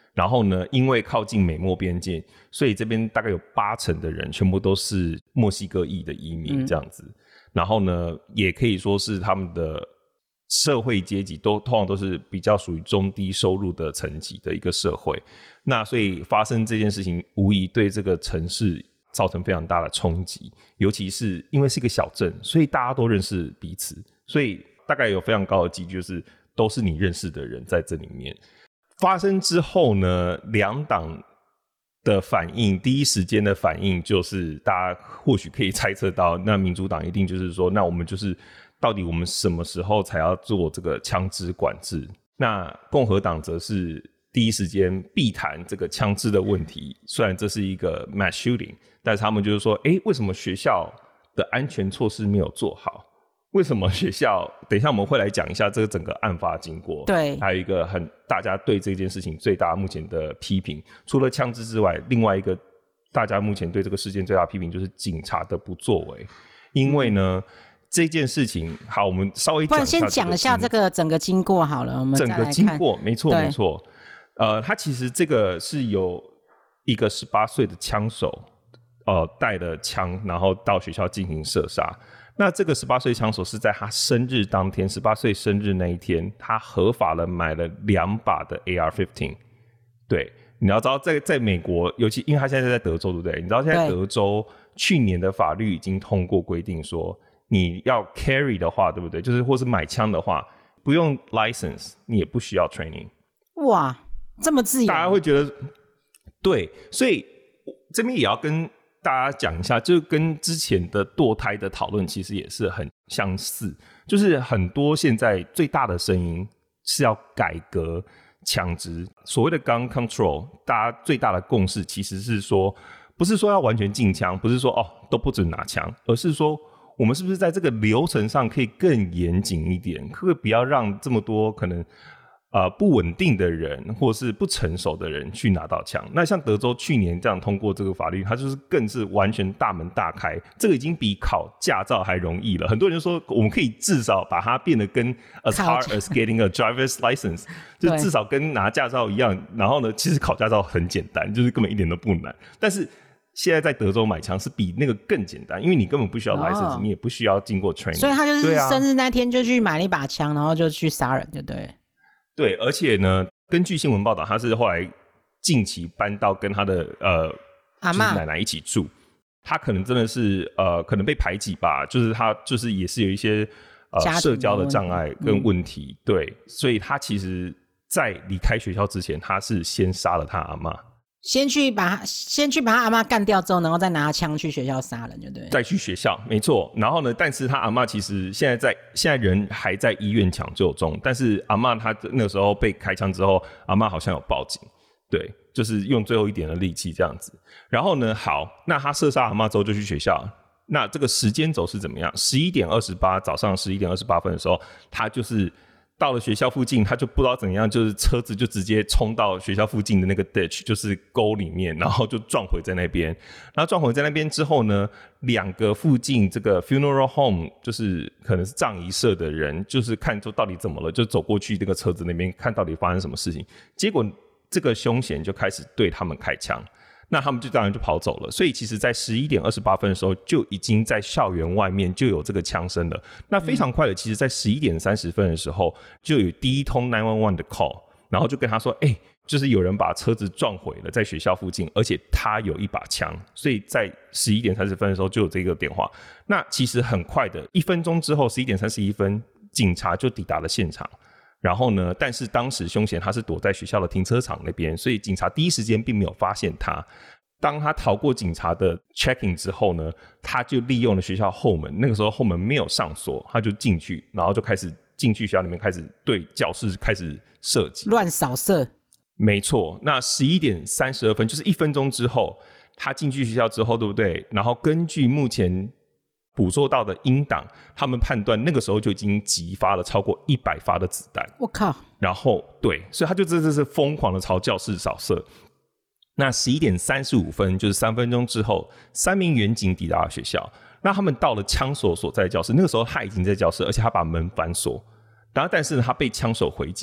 然后呢，因为靠近美墨边界，所以这边大概有80%的人全部都是墨西哥裔的移民这样子。然后呢，也可以说是他们的社会阶级通常都是比较属于中低收入的层级的一个社会。那所以发生这件事情，无疑对这个城市造成非常大的冲击，尤其是因为是一个小镇，所以大家都认识彼此，所以大概有非常高的几率就是都是你认识的人在这里面。发生之后呢，两党的反应，第一时间的反应就是大家或许可以猜测到，那民主党一定就是说，那我们就是到底我们什么时候才要做这个枪支管制？那共和党则是第一时间避谈这个枪支的问题，虽然这是一个 mass shooting， 但是他们就是说，为什么学校的安全措施没有做好？为什么学校？等一下我们会来讲一下这个整个案发经过。 对， 还有一个大家对这件事情最大目前的批评，除了枪支之外，另外一个大家目前对这个事件最大的批评就是警察的不作为。因为呢，这件事情，好，我们稍微讲一下， 先讲一下这个整个经过好了，我们再来看整个经过，没错没错。他其实这个是有一个18岁的枪手，带了枪，然后到学校进行射杀。那这个18岁枪手是在他生日当天，18岁生日那一天，他合法的买了2把的 AR-15。对，你要知道在美国，尤其因为他现在在德州，对不对？你知道现在德州去年的法律已经通过规定说，你要 carry 的话，对不对？就是或是买枪的话，不用 license， 你也不需要 training。 哇，这么自由， 大家会觉得对，所以这边也要跟大家讲一下，就跟之前的堕胎的讨论其实也是很相似，就是很多现在最大的声音是要改革枪支，所谓的 gun control， 大家最大的共识其实是说，不是说要完全禁枪，不是说都不准拿枪，而是说我们是不是在这个流程上可以更严谨一点，可不可以不要让这么多可能不稳定的人或是不成熟的人去拿到枪。那像德州去年这样通过这个法律，它就是更是完全大门大开，这个已经比考驾照还容易了。很多人就说我们可以至少把它变得跟 as hard as getting a driver's license， 就至少跟拿驾照一样。然后呢，其实考驾照很简单，就是根本一点都不难。但是现在在德州买枪是比那个更简单，因为你根本不需要 license，你也不需要经过 training。 所以他就是生日那天就去买了一把枪，然后就去杀人，就对了。 对，而且呢，根据新闻报道，他是后来近期搬到跟他的就是奶奶一起住。他可能真的是可能被排挤吧，就是他就是也是有一些社交的障碍跟问题。对，所以他其实在离开学校之前，他是先杀了他阿嬷。先去把他阿嬷干掉之后，然后再拿枪去学校杀人，就对。再去学校，没错。然后呢，但是他阿嬷其实现在人还在医院抢救中，但是阿嬷他那个时候被开枪之后，阿嬷好像有报警，对，就是用最后一点的力气这样子。然后呢，好，那他射杀阿嬷之后就去学校，那这个时间轴是怎么样？11点28，早上11点28分的时候，他就是到了学校附近，他就不知道怎样，就是车子就直接冲到学校附近的那个 ditch， 就是沟里面，然后就撞毁在那边。然后撞毁在那边之后呢，2个附近这个 funeral home， 就是可能是葬仪社的人，就是看出到底怎么了，就走过去这个车子那边看到底发生什么事情。结果这个凶嫌就开始对他们开枪。那他们就当然就跑走了，所以其实在11点28分的时候就已经在校园外面就有这个枪声了。那非常快的，其实在11点30分的时候就有第一通911的 call， 然后就跟他说就是有人把车子撞毁了在学校附近，而且他有一把枪，所以在11点30分的时候就有这个电话。那其实很快的1分钟之后11点31分警察就抵达了现场。然后呢，但是当时凶嫌他是躲在学校的停车场那边，所以警察第一时间并没有发现他。当他逃过警察的 checking 之后呢，他就利用了学校后门，那个时候后门没有上锁，他就进去，然后就开始进去学校里面，开始对教室开始射击，乱扫射。没错，那11点32分就是1分钟之后，他进去学校之后，对不对？然后根据目前捕捉到的音档，他们判断那个时候就已经击发了超过100发的子弹。我靠！然后对，所以他就真的是疯狂的朝教室扫射。那11点35分，就是3分钟之后，3名员警抵达了学校。那他们到了枪手所在的教室，那个时候他已经在教室，而且他把门反锁。然后，但是他被枪手回击。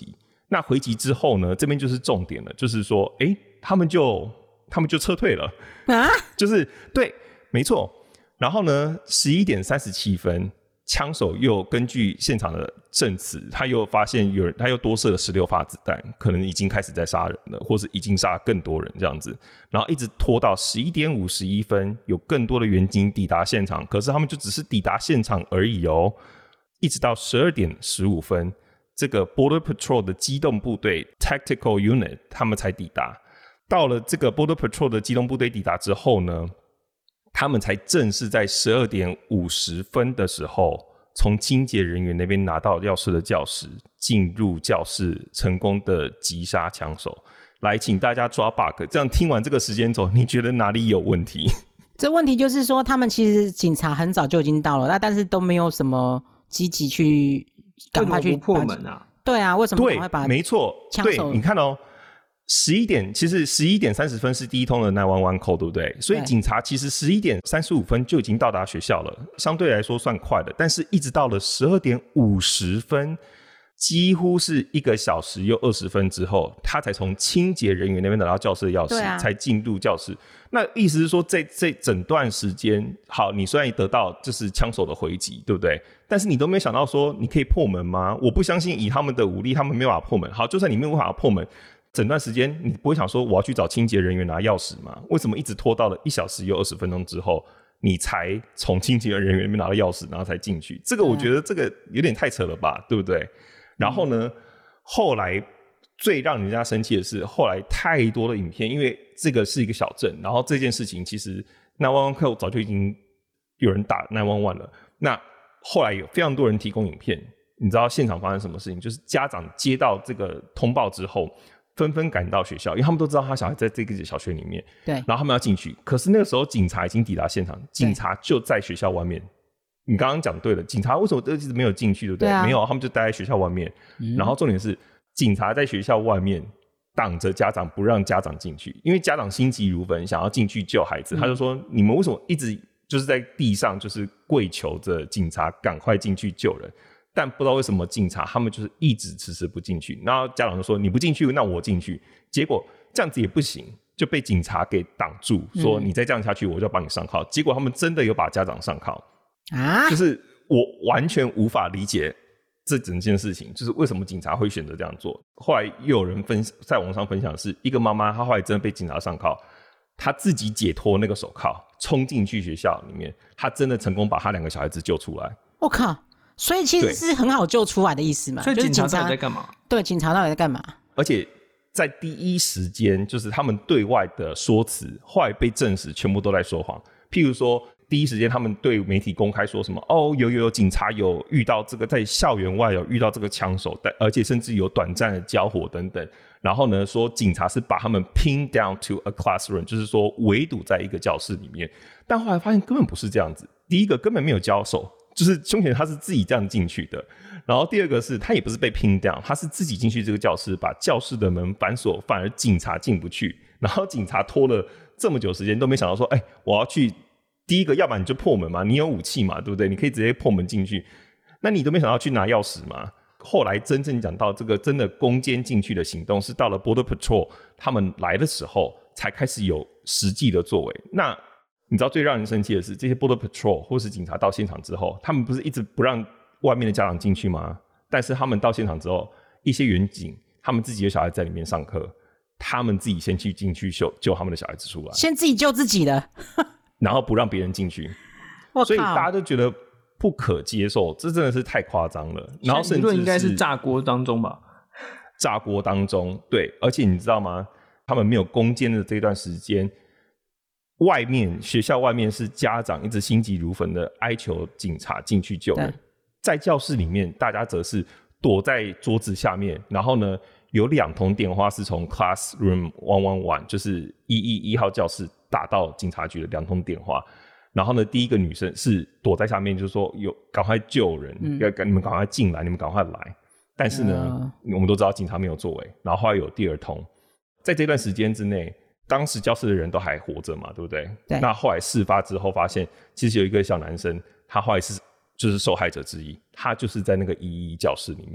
那回击之后呢，这边就是重点了，就是说他们就撤退了啊，就是对，没错。然后呢11点37分，枪手又根据现场的证词，他又发现有人，他又多射了16发子弹，可能已经开始在杀人了，或是已经杀更多人这样子。然后一直拖到11点51分，有更多的援军抵达现场，可是他们就只是抵达现场而已哦。一直到12点15分，这个 Border Patrol 的机动部队 Tactical Unit 他们才抵达。到了这个 Border Patrol 的机动部队抵达之后呢，他们才正式在12点50分的时候，从清洁人员那边拿到钥匙的钥匙，进入教室，成功的击杀枪手。来，请大家抓 bug。这样听完这个时间轴，你觉得哪里有问题？ 这问题就是说，他们其实警察很早就已经到了，但是都没有什么积极去赶快去破门啊？ 对啊，为什么赶快把对，没错，对，你看哦。其实11点30分是第一通的911 call， 对不对？所以警察其实11点35分就已经到达学校了，相对来说算快的。但是一直到了12点50分，几乎是1个小时又20分之后，他才从清洁人员那边拿到教室的钥匙，才进入教室。那意思是说，这整段时间，好，你虽然得到就是枪手的回击，对不对？但是你都没有想到说你可以破门吗？我不相信以他们的武力，他们没有办法破门。好，就算你没有办法破门，整段时间你不会想说我要去找清洁人员拿钥匙吗？为什么一直拖到了1小时又20分钟之后，你才从清洁人员那边拿到钥匙，然后才进去？这个我觉得这个有点太扯了吧，对不对？然后呢，后来最让人家生气的是，后来太多的影片，因为这个是一个小镇，然后这件事情其实911 call 早就已经有人打911了。那后来有非常多人提供影片，你知道现场发生什么事情？就是家长接到这个通报之后，纷纷赶到学校，因为他们都知道他小孩在这个小学里面， 对， 然后他们要进去，可是那个时候警察已经抵达现场，警察就在学校外面。你刚刚讲对了，警察为什么一直没有进去，对不对？没有，他们就待在学校外面。然后重点是，警察在学校外面挡着家长，不让家长进去，因为家长心急如焚，想要进去救孩子。他就说：“你们为什么一直就是在地上就是跪求着警察赶快进去救人？”但不知道为什么警察他们就是一直迟迟不进去。然后家长就说：“你不进去，那我进去。”结果这样子也不行，就被警察给挡住，说：“你再这样下去，我就要帮你上铐。”结果他们真的有把家长上铐。就是我完全无法理解这整件事情，就是为什么警察会选择这样做。后来又有人在网上分享的是，一个妈妈她后来真的被警察上铐，她自己解脱那个手铐，冲进去学校里面，她真的成功把她2个小孩子救出来。 我靠！所以其实是很好救出来的意思嘛？ 所以警察到底在干嘛？ 对，警察到底在干嘛？ 而且在第一时间，就是他们对外的说辞，后来被证实全部都在说谎。譬如说，第一时间他们对媒体公开说什么有警察有遇到这个在校园外有遇到这个枪手，而且甚至有短暂的交火等等。然后呢，说警察是把他们 pin down to a classroom， 就是说围堵在一个教室里面。但后来发现根本不是这样子。第一个根本没有交手，就是凶嫌他是自己这样进去的。然后第二个是他也不是被 pin down， 他是自己进去这个教室，把教室的门反锁，反而警察进不去。然后警察拖了这么久时间都没想到说，我要去。第一个，要不然你就破门嘛，你有武器嘛，对不对？你可以直接破门进去。那你都没想到去拿钥匙嘛？后来真正讲到这个真的攻坚进去的行动，是到了 Border Patrol 他们来的时候，才开始有实际的作为。那你知道最让人生气的是，这些 Border Patrol 或是警察到现场之后，他们不是一直不让外面的家长进去吗？但是他们到现场之后，一些远警他们自己的小孩在里面上课，他们自己先去进去救他们的小孩子出来， 先自己救自己的。 然后不让别人进去，所以大家都觉得不可接受，这真的是太夸张了。然后甚至应该是炸锅当中吧？ 炸锅当中，对，而且你知道吗？他们没有攻坚的这段时间，学校外面是家长一直心急如焚的哀求警察进去救人，在教室里面，大家则是躲在桌子下面，然后呢，有2通电话是从 Classroom 111，就是111号教室打到警察局的2通电话。然后呢，第一个女生是躲在下面，就是说赶快救人，你们赶快进来，你们赶快来。但是呢，我们都知道警察没有作为。然后后来有第2通，在这段时间之内，当时教室的人都还活着嘛，对不对？ 对。 那后来事发之后，发现其实有一个小男生，他后来就是受害者之一，他就是在那个111教室里面。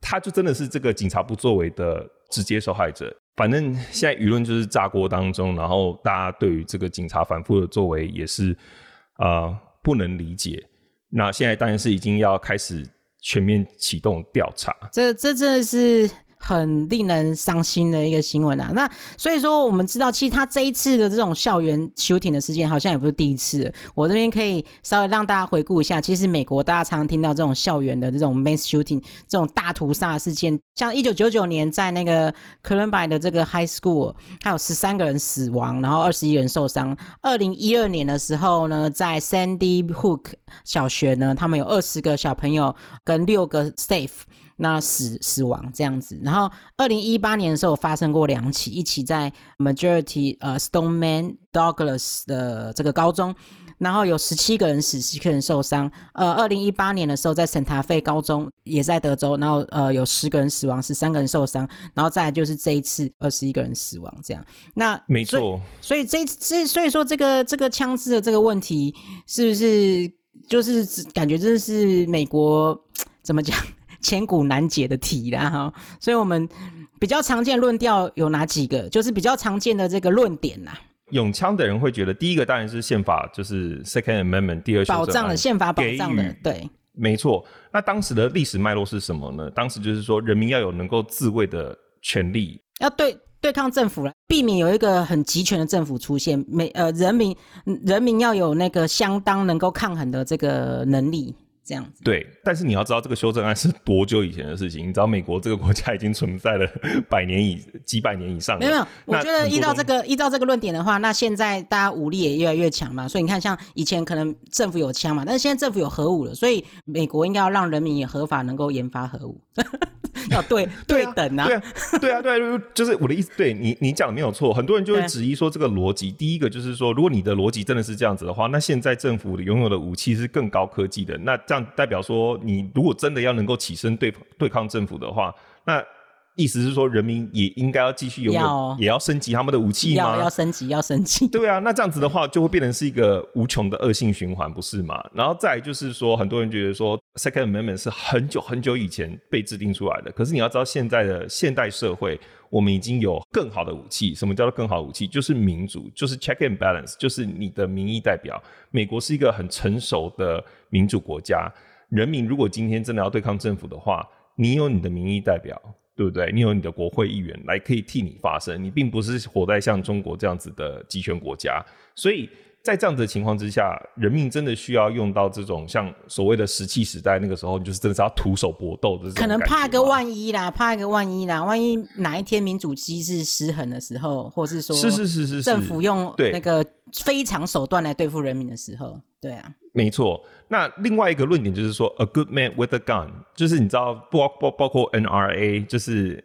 他就真的是这个警察不作为的直接受害者。反正现在舆论就是炸锅当中，然后大家对于这个警察反复的作为也是不能理解。那现在当然是已经要开始全面启动调查。 这真的是很令人伤心的一个新闻啊。那所以说我们知道其实他这一次的这种校园 shooting 的事件好像也不是第一次了。我这边可以稍微让大家回顾一下，其实美国大家常常听到这种校园的这种 mass shooting 这种大屠杀的事件，像1999年在那个 Columbine 的这个 high school 还有13个人死亡，然后21人受伤。2012年的时候呢，在 Sandy Hook 小学呢，他们有20个小朋友跟6个 staff那死亡这样子。然后2018年的时候发生过2起，一起在 Majority Stoneman Douglas 的这个高中，然后有17个人死，10个人受伤。2018年的时候在圣塔菲高中也在德州，然后有10个人死亡，13个人受伤，然后再来就是这一次21个人死亡这样。那没错， 所以所以说这个枪支的这个问题是不是就是感觉真的是美国怎么讲千古难解的题啦哈。所以我们比较常见论调有哪几个，就是比较常见的这个论点啦。 拥枪的人会觉得，第一个当然是宪法，就是 Second Amendment 第二修正案保障的宪法保障的，对， 没错。那当时的历史脉络是什么呢？当时就是说，人民要有能够自卫的权利， 要对抗政府了，避免有一个很集权的政府出现。人民要有那个相当能够抗衡的这个能力。这样子对，但是你要知道这个修正案是多久以前的事情？你知道美国这个国家已经存在了几百年以上了。 没有，我觉得依照这个论点的话，那现在大家武力也越来越强嘛，所以你看，像以前可能政府有枪嘛，但是现在政府有核武了，所以美国应该要让人民也合法能够研发核武。要对等啊， 对啊，就是我的意思。对你讲的没有错，很多人就会质疑说这个逻辑。第一个就是说，如果你的逻辑真的是这样子的话，那现在政府拥有的武器是更高科技的，那这样代表说，你如果真的要能够起身对抗政府的话，那意思是说，人民也应该要继续拥有，也要升级他们的武器吗？ 要升级。对啊，那这样子的话，就会变成是一个无穷的恶性循环，不是吗？然后再来就是说，很多人觉得说 ，Second Amendment 是很久很久以前被制定出来的。可是你要知道，现在的现代社会，我们已经有更好的武器。什么叫做更好的武器？就是民主，就是 check and balance， 就是你的民意代表。美国是一个很成熟的民主国家，人民如果今天真的要对抗政府的话，你有你的民意代表。对不对？你有你的国会议员来可以替你发声，你并不是活在像中国这样子的集权国家，所以在这样子的情况之下，人民真的需要用到这种像所谓的石器时代，那个时候你就是真的是要徒手搏斗的这种感觉， 可能怕一个万一啦，万一哪一天民主机制失衡的时候，或是说是政府用那个非常手段来对付人民的时候，对啊。 没错，那另外一个论点就是说 ，a good man with a gun， 就是你知道包括 NRA， 就是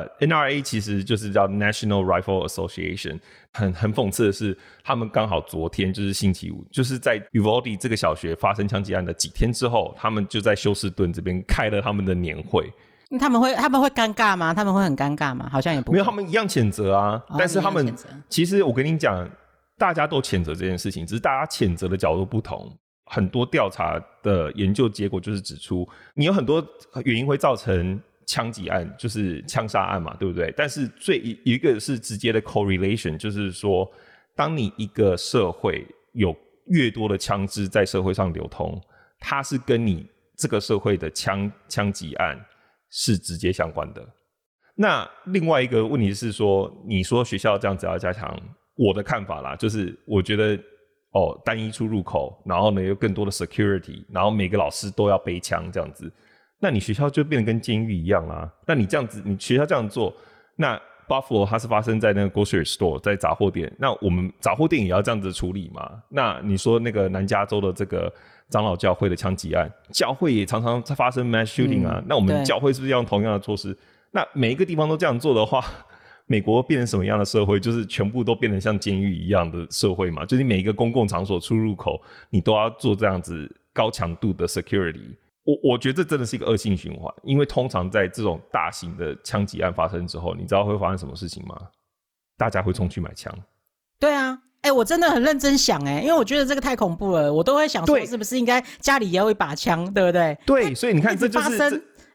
NRA 其实就是叫 National Rifle Association， 很讽刺的是，他们刚好昨天就是星期五，就是在 Uvalde 这个小学发生枪击案的几天之后，他们就在休斯顿这边开了他们的年会。 他们会尴尬吗？他们会很尴尬吗？好像也不会， 没有，他们一样谴责啊。但是他们其实我跟你讲，大家都谴责这件事情，只是大家谴责的角度不同。很多调查的研究结果就是指出，你有很多原因会造成枪击案，就是枪杀案嘛，对不对？但是有一个是直接的 correlation， 就是说，当你一个社会有越多的枪支在社会上流通，它是跟你这个社会的枪击案是直接相关的。那另外一个问题是说，你说学校这样子要加强，我的看法啦，就是我觉得单一出入口，然后呢有更多的 security， 然后每个老师都要背枪这样子，那你学校就变得跟监狱一样啦。那你这样子，你学校这样做，那 Buffalo 它是发生在那个 grocery store， 在杂货店，那我们杂货店也要这样子处理嘛？那你说那个南加州的这个长老教会的枪击案，教会也常常发生 mass shooting 啊，那我们教会是不是要用同样的措施？那每一个地方都这样做的话，美国变成什么样的社会？就是全部都变成像监狱一样的社会嘛？就是每一个公共场所出入口，你都要做这样子高强度的 security。我觉得这真的是一个恶性循环，因为通常在这种大型的枪击案发生之后，你知道会发生什么事情吗？大家会冲去买枪。 对啊，我真的很认真想因为我觉得这个太恐怖了，我都会想说是不是应该家里也有一把枪，对不对？ 对，所以你看这就是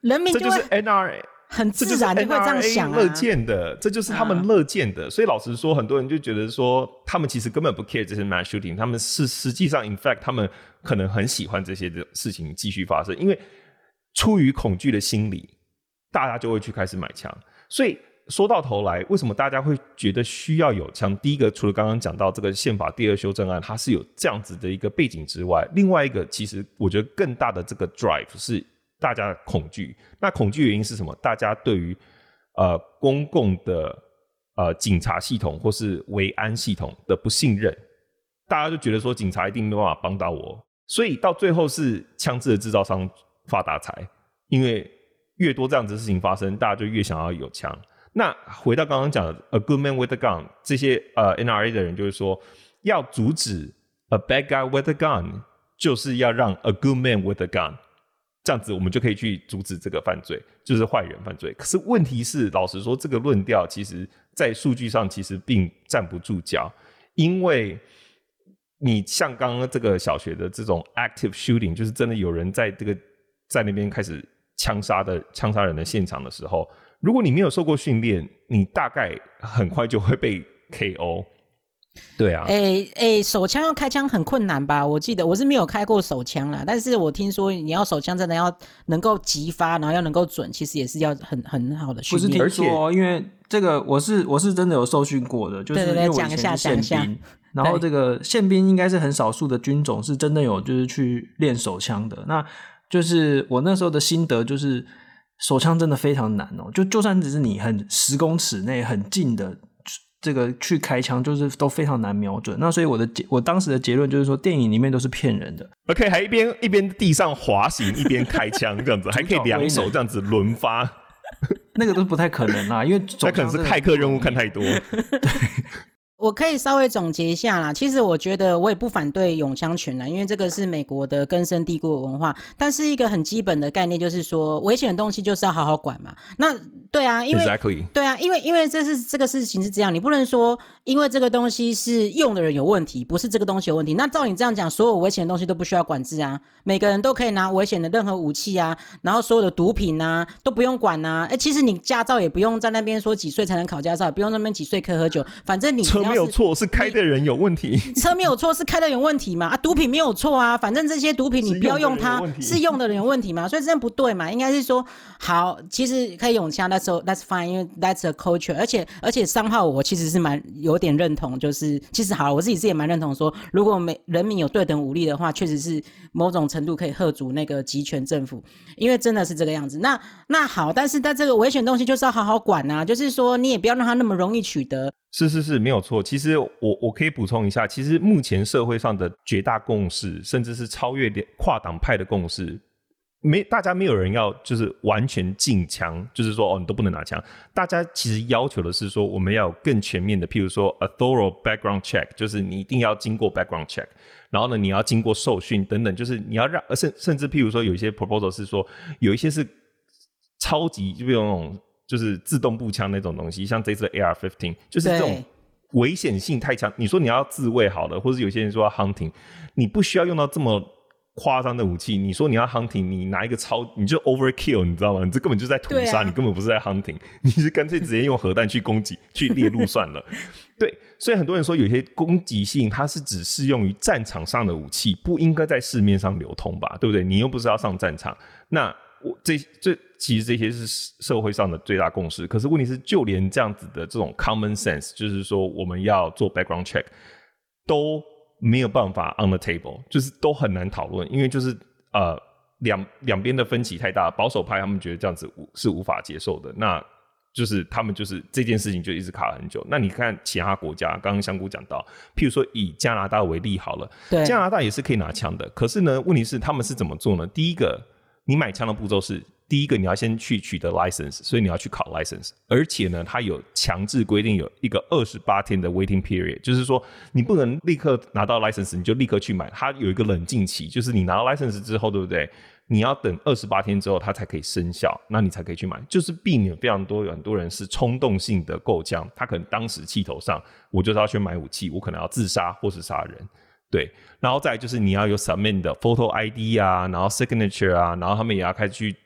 人民就会这就是 NRA。 很自然就会这样想啊， 乐见的，这就是他们乐见的。所以老实说，很多人就觉得说，他们其实根本不 care 这些 mass shooting， 他们是实际上 in fact 他们可能很喜欢这些的事情继续发生，因为出于恐惧的心理，大家就会去开始买枪。所以说到头来，为什么大家会觉得需要有枪？第一个，除了刚刚讲到这个宪法第2修正案，它是有这样子的一个背景之外，另外一个其实我觉得更大的这个 drive 是大家的恐惧。那恐惧原因是什么？大家对于公共的警察系统或是维安系统的不信任，大家就觉得说警察一定没办法帮到我，所以到最后是枪支的制造商发大财，因为越多这样子的事情发生，大家就越想要有枪。那回到刚刚讲的 A good man with a gun， 这些NRA 的人就是说，要阻止 a bad guy with a gun， 就是要让 a good man with a gun，这样子我们就可以去阻止这个犯罪，就是坏人犯罪。可是问题是，老实说，这个论调其实在数据上其实并站不住脚，因为你像刚刚这个小学的这种 active shooting， 就是真的有人在那边开始枪杀人的现场的时候，如果你没有受过训练，你大概很快就会被 KO。对啊， 手枪要开枪很困难吧？我记得我是没有开过手枪啦，但是我听说你要手枪真的要能够击发，然后要能够准，其实也是要很好的训练。 不是听说，因为这个我是真的有受训过的，就是因为我以前是宪兵，然后这个宪兵应该是很少数的军种是真的有就是去练手枪的。那就是我那时候的心得就是，手枪真的非常难哦，就算只是你很10公尺内很近的。这个去开枪就是都非常难瞄准，那所以我当时的结论就是说，电影里面都是骗人的。 OK， 还一边地上滑行一边开枪这样子，还可以2手这样子轮发， 那个都不太可能啦，因为那可能是骇客任务看太多。 对。我可以稍微总结一下啦，其实我觉得我也不反对拥枪权啦，因为这个是美国的根深蒂固的文化，但是一个很基本的概念就是说，危险的东西就是要好好管嘛。那对啊，因为 Exactly. 对啊，因为这个事情是这样，你不能说因为这个东西是用的人有问题，不是这个东西有问题。那照你这样讲，所有危险的东西都不需要管制啊，每个人都可以拿危险的任何武器啊，然后所有的毒品啊都不用管啊。其实你驾照也不用在那边说几岁才能考驾照，也不用那边几岁可以喝酒，反正你只要车没有错，是开的人有问题。 车没有错，是开的人有问题嘛？毒品没有错啊，反正这些毒品你不要用它，是用的人有问题嘛？所以这样不对嘛？应该是说，好，其实可以拥枪 ，that's fine， 因为 that's a culture， 而且商号我其实是有点认同，就是其实好，我自己是也蛮认同说，如果人民有对等武力的话，确实是某种程度可以吓阻那个集权政府，因为真的是这个样子。那好，但是在这个危险东西就是要好好管啊，就是说你也不要让它那么容易取得。 是没有错。其实我可以补充一下，其实目前社会上的绝大共识，甚至是超越跨党派的共识，大家没有人要就是完全禁枪，就是说你都不能拿枪。大家其实要求的是说，我们要有更全面的，譬如说 a thorough background check， 就是你一定要经过 background check， 然后呢你要经过受训等等，就是你要让甚至譬如说有一些 proposal 是说，有一些是超级就那种就是自动步枪那种东西，像这次的 AR-15， 就是这种危险性太强。你说你要自卫好了，或者有些人说要 hunting， 你不需要用到这么夸张的武器。你说你要 hunting， 你拿一个你就 overkill， 你知道吗？你这根本就在屠杀，你根本不是在 hunting， 你是干脆直接用核弹去攻击、去猎鹿算了。对，所以很多人说有些攻击性它是只适用于战场上的武器，不应该在市面上流通吧？对不对？你又不是要上战场，那其实这些是社会上的最大共识。可是问题是，就连这样子的这种 common sense， 就是说我们要做 background check， 都没有办法 on the table， 就是都很难讨论，因为就是两边的分歧太大，保守派他们觉得这样子是无法接受的，那就是他们就是这件事情就一直卡很久。那你看其他国家，刚刚香菇讲到，譬如说以加拿大为例好了，加拿大也是可以拿枪的，可是呢，问题是他们是怎么做呢？第一个，你买枪的步骤是，第一个你要先去取得 license， 所以你要去考 license， 而且呢它有强制规定有一个28天的 waiting period， 就是说你不能立刻拿到 license 你就立刻去买，它有一个冷静期，就是你拿到 license 之后，对不对？你要等28天之后它才可以生效，那你才可以去买，就是避免非常多很多人是冲动性的购枪，他可能当时气头上我就是要去买武器，我可能要自杀或是杀人。对，然后再来就是你要有 submit 的 photo ID 啊，然后 signature 啊，然后他们也要开始去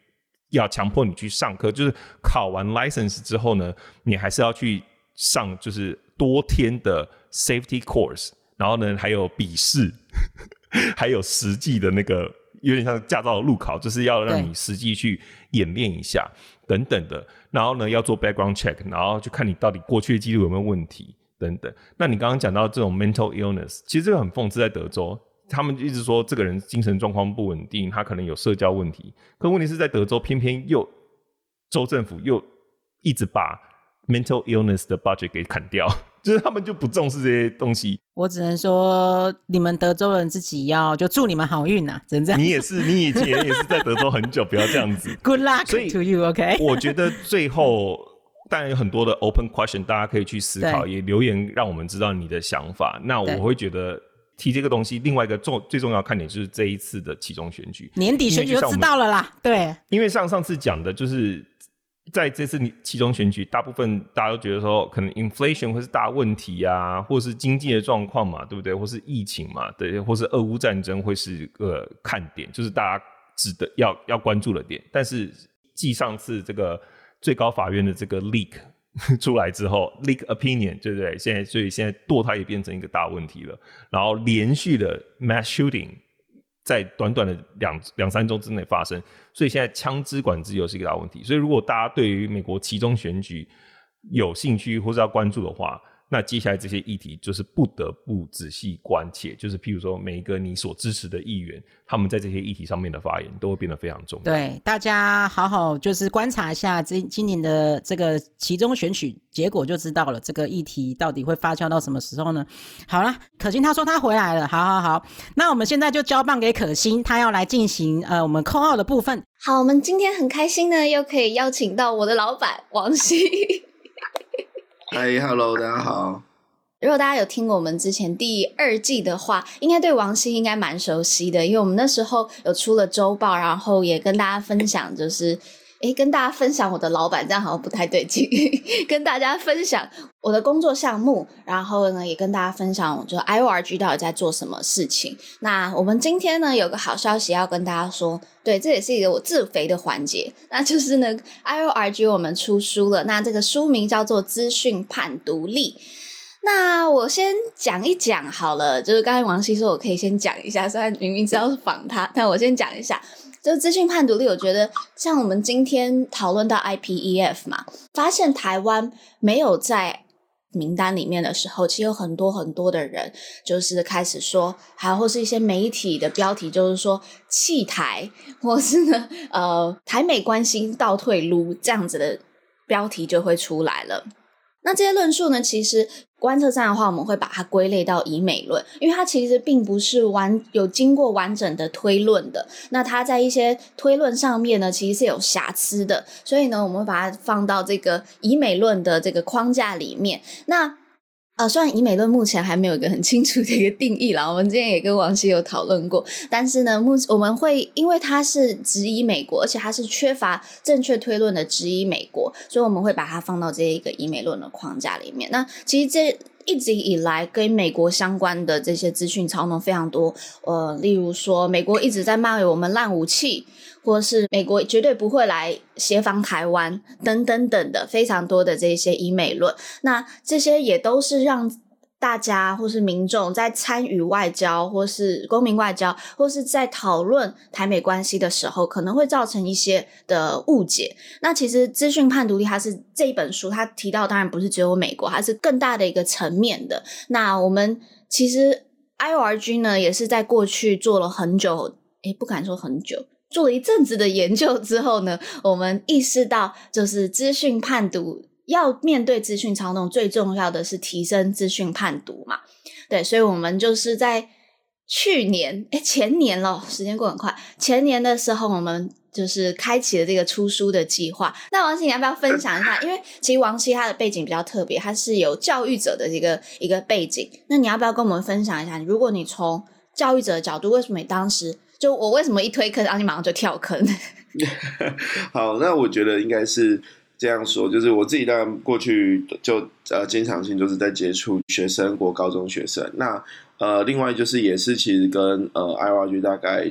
要强迫你去上课，就是考完 license 之后呢，你还是要去上就是多天的 safety course， 然后呢还有笔试还有实际的那个有点像驾照的路考，就是要让你实际去演练一下等等的，然后呢要做 background check， 然后就看你到底过去的记录有没有问题等等。那你刚刚讲到这种 mental illness， 其实这个很讽刺，在德州他们一直说这个人精神状况不稳定，他可能有社交问题，可问题是在德州偏偏又州政府又一直把 mental illness 的 budget 给砍掉，就是他们就不重视这些东西。 我只能说你们德州人自己要就祝你们好运啊，只能这样。 你以前也是在德州很久，不要这样子。 Good luck to you, OK？ 我觉得最后当然有很多的 open question， 大家可以去思考，也留言让我们知道你的想法。那我会觉得提这个东西，另外一个最重要的看点就是这一次的期中选举， 年底选举就知道了啦。对， 因为上次讲的就是在这次期中选举，大部分大家都觉得说可能 inflation 会是大问题啊，或是经济的状况嘛，对不对？或是疫情嘛，对，或是俄乌战争会是个看点，就是大家值得要关注的点。但是继上次这个最高法院的这个 leak 出来之后 leak opinion， 对不对？所以现在堕胎也变成一个大问题了，然后连续的 mass shooting在短短的两三周之内发生，所以现在枪支管制又是一个大问题。所以如果大家对于美国期中选举有兴趣或是要关注的话，那接下来这些议题就是不得不仔细关切，就是譬如说每一个你所支持的议员，他们在这些议题上面的发言都会变得非常重要。 对，大家好好就是观察一下今年的这个期中选举结果，就知道了这个议题到底会发酵到什么时候呢？好啦，可心他说他回来了，好，那我们现在就交棒给可心，他要来进行我们call out的部分。 好，我们今天很开心呢，又可以邀请到我的老板王希。 嗨 ，Hello， 大家好。 如果大家有听过我们之前第2季的话，应该对王希应该蛮熟悉的，因为我们那时候有出了周报，然后也跟大家分享，就是跟大家分享我的老板，这样好像不太对劲跟大家分享我的工作项目，然后呢也跟大家分享就 IORG 到底在做什么事情。那我们今天呢有个好消息要跟大家说，对，这也是一个我自肥的环节，那就是呢 IORG 我们出书了，那这个书名叫做资讯判独立。那我先讲一讲好了，就是刚才王希说我可以先讲一下，虽然明明知道是仿他，但我先讲一下。就资讯判独立，我觉得像我们今天讨论到 IPEF 嘛，发现台湾没有在名单里面的时候，其实有很多很多的人就是开始说，还有或是一些媒体的标题就是说弃台，或是呢台美关系倒退撸这样子的标题就会出来了。那这些论述呢，其实观测站的话我们会把它归类到以美论，因为它其实并不是有经过完整的推论的，那它在一些推论上面呢其实是有瑕疵的，所以呢我们会把它放到这个以美论的这个框架里面。那虽然以美论目前还没有一个很清楚的一个定义啦，我们之前也跟王希有讨论过，但是呢我们会因为它是质疑美国，而且它是缺乏正确推论的质疑美国，所以我们会把它放到这一个以美论的框架里面。那其实这一直以来跟美国相关的这些资讯操弄非常多，例如说美国一直在骂我们烂武器，或是美国绝对不会来协防台湾等等等的非常多的这些以美论，那这些也都是让大家或是民众在参与外交或是公民外交或是在讨论台美关系的时候可能会造成一些的误解。那其实资讯判独立它是这一本书它提到当然不是只有美国，它是更大的一个层面的。那我们其实 IORG 呢也是在过去做了很久，不敢说很久，做了一阵子的研究之后呢，我们意识到就是资讯判读要面对资讯操弄，最重要的是提升资讯判读嘛。对，所以我们就是在前年了，时间过很快，前年的时候我们就是开启了这个出书的计划。那王希你要不要分享一下？因为其实王希他的背景比较特别，他是有教育者的一个背景，那你要不要跟我们分享一下，如果你从教育者的角度，为什么你当时就我为什么一推坑然后你马上就跳坑好，那我觉得应该是这样说，就是我自己当然过去就经常性就是在接触学生，国高中学生。那另外就是也是其实跟IORG 大概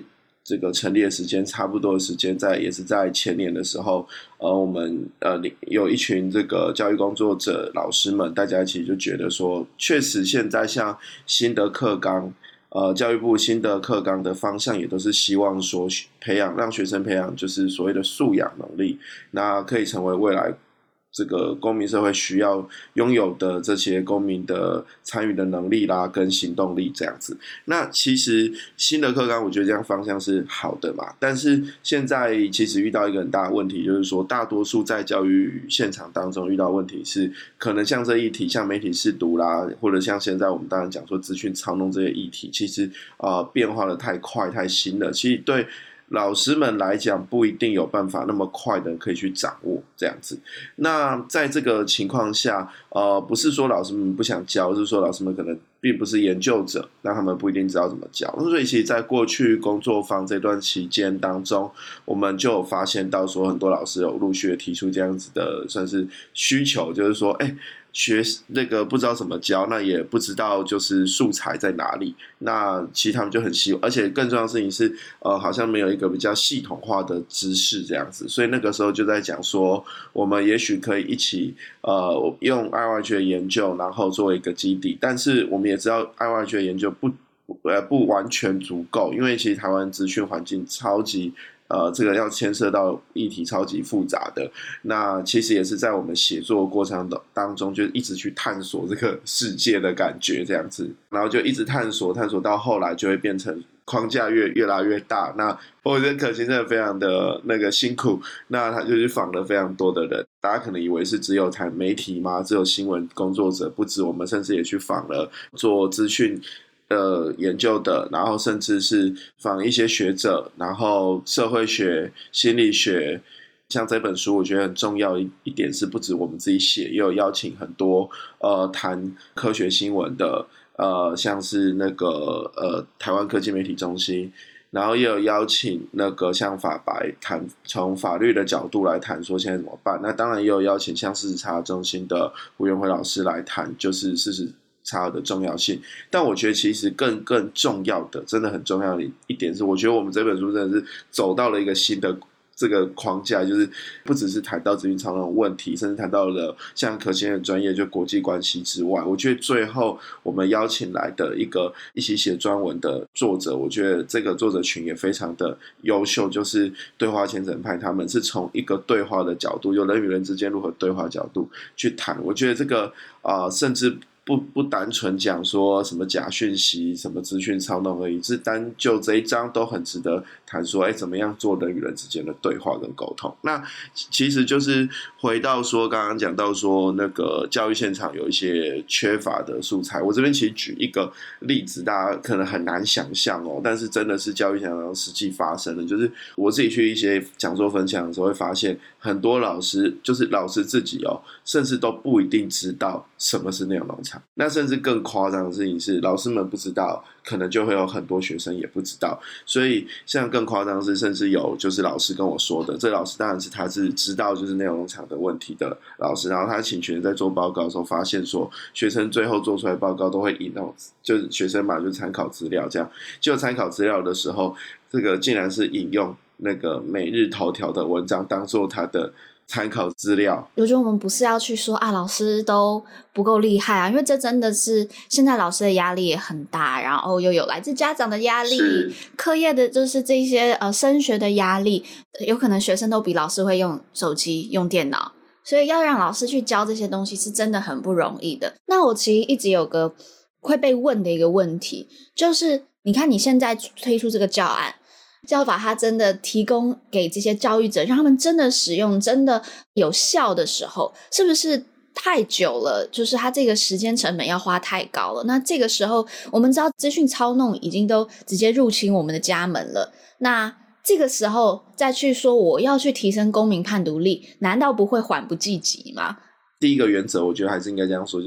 这个成立的时间差不多的时间也是在前年的时候，我们有一群这个教育工作者老师们，大家一起就觉得说，确实现在像新的课纲，教育部新的课纲的方向也都是希望说让学生培养就是所谓的素养能力，那可以成为未来这个公民社会需要拥有的这些公民的参与的能力啦，跟行动力这样子。那其实新的课纲，我觉得这样方向是好的嘛。但是现在其实遇到一个很大的问题，就是说大多数在教育现场当中遇到的问题是，可能像这议题，像媒体识读啦，或者像现在我们当然讲说资讯操弄这些议题，其实变化的太快太新了，其实对老师们来讲不一定有办法那么快的可以去掌握这样子。那在这个情况下，不是说老师们不想教，是说老师们可能并不是研究者，那他们不一定知道怎么教。所以其实在过去工作坊这段期间当中，我们就有发现到说很多老师有陆续的提出这样子的算是需求，就是说学那个不知道怎么教，那也不知道就是素材在哪里，那其实他们就很希望，而且更重要的事情是好像没有一个比较系统化的知识这样子，所以那个时候就在讲说我们也许可以一起用 IYG 的研究然后做一个基底，但是我们也知道 IYG 的研究不完全足够，因为其实台湾资讯环境超级这个要牵涉到议题超级复杂的，那其实也是在我们写作的过程当中就一直去探索这个世界的感觉这样子，然后就一直探索到后来就会变成框架越来越大。那我觉得可心真的非常的那个辛苦，那他就去访了非常多的人，大家可能以为是只有谈媒体吗？只有新闻工作者，不止，我们甚至也去访了做资讯研究的，然后甚至是访一些学者，然后社会学、心理学。像这本书我觉得很重要一点是，不止我们自己写，也有邀请很多谈科学新闻的像是那个台湾科技媒体中心，然后也有邀请那个像法白谈从法律的角度来谈说现在怎么办，那当然也有邀请像事实查核中心的胡元辉老师来谈就是事实查核的重要性。但我觉得其实更重要的，真的很重要的一点是，我觉得我们这本书真的是走到了一个新的这个框架，就是不只是谈到资讯操弄问题，甚至谈到了像可心的专业就国际关系之外，我觉得最后我们邀请来的一起写专文的作者，我觉得这个作者群也非常的优秀，就是对话虔诚派，他们是从一个对话的角度，有人与人之间如何对话角度去谈，我觉得这个甚至不单纯讲说什么假讯息什么资讯操弄而已，是单就这一章都很值得谈说怎么样做人与人之间的对话跟沟通。那其实就是回到说刚刚讲到说那个教育现场有一些缺乏的素材，我这边其实举一个例子，大家可能很难想象但是真的是教育现场实际发生的，就是我自己去一些讲座分享的时候会发现，很多老师就是老师自己甚至都不一定知道什么是内容农场。那甚至更夸张的事情是，老师们不知道，可能就会有很多学生也不知道。所以像更夸张的是，甚至有就是老师跟我说的，这老师当然是他是知道就是内容农场的问题的老师，然后他请学生在做报告的时候发现说，学生最后做出来的报告都会引用，就是学生嘛就参考资料这样，就参考资料的时候，这个竟然是引用那个每日头条的文章当做他的参考资料。 我觉得我们不是要去说老师都不够厉害因为这真的是现在老师的压力也很大，然后又有来自家长的压力，课业的就是这些升学的压力，有可能学生都比老师会用手机用电脑，所以要让老师去教这些东西是真的很不容易的。那我其实一直有个会被问的一个问题，就是你看你现在推出这个教案，就要把它真的提供给这些教育者，让他们真的使用真的有效的时候，是不是太久了，就是它这个时间成本要花太高了。那这个时候我们知道资讯操弄已经都直接入侵我们的家门了，那这个时候再去说我要去提升公民判读力，难道不会缓不济急吗？ 第一个原则我觉得还是应该这样说，就是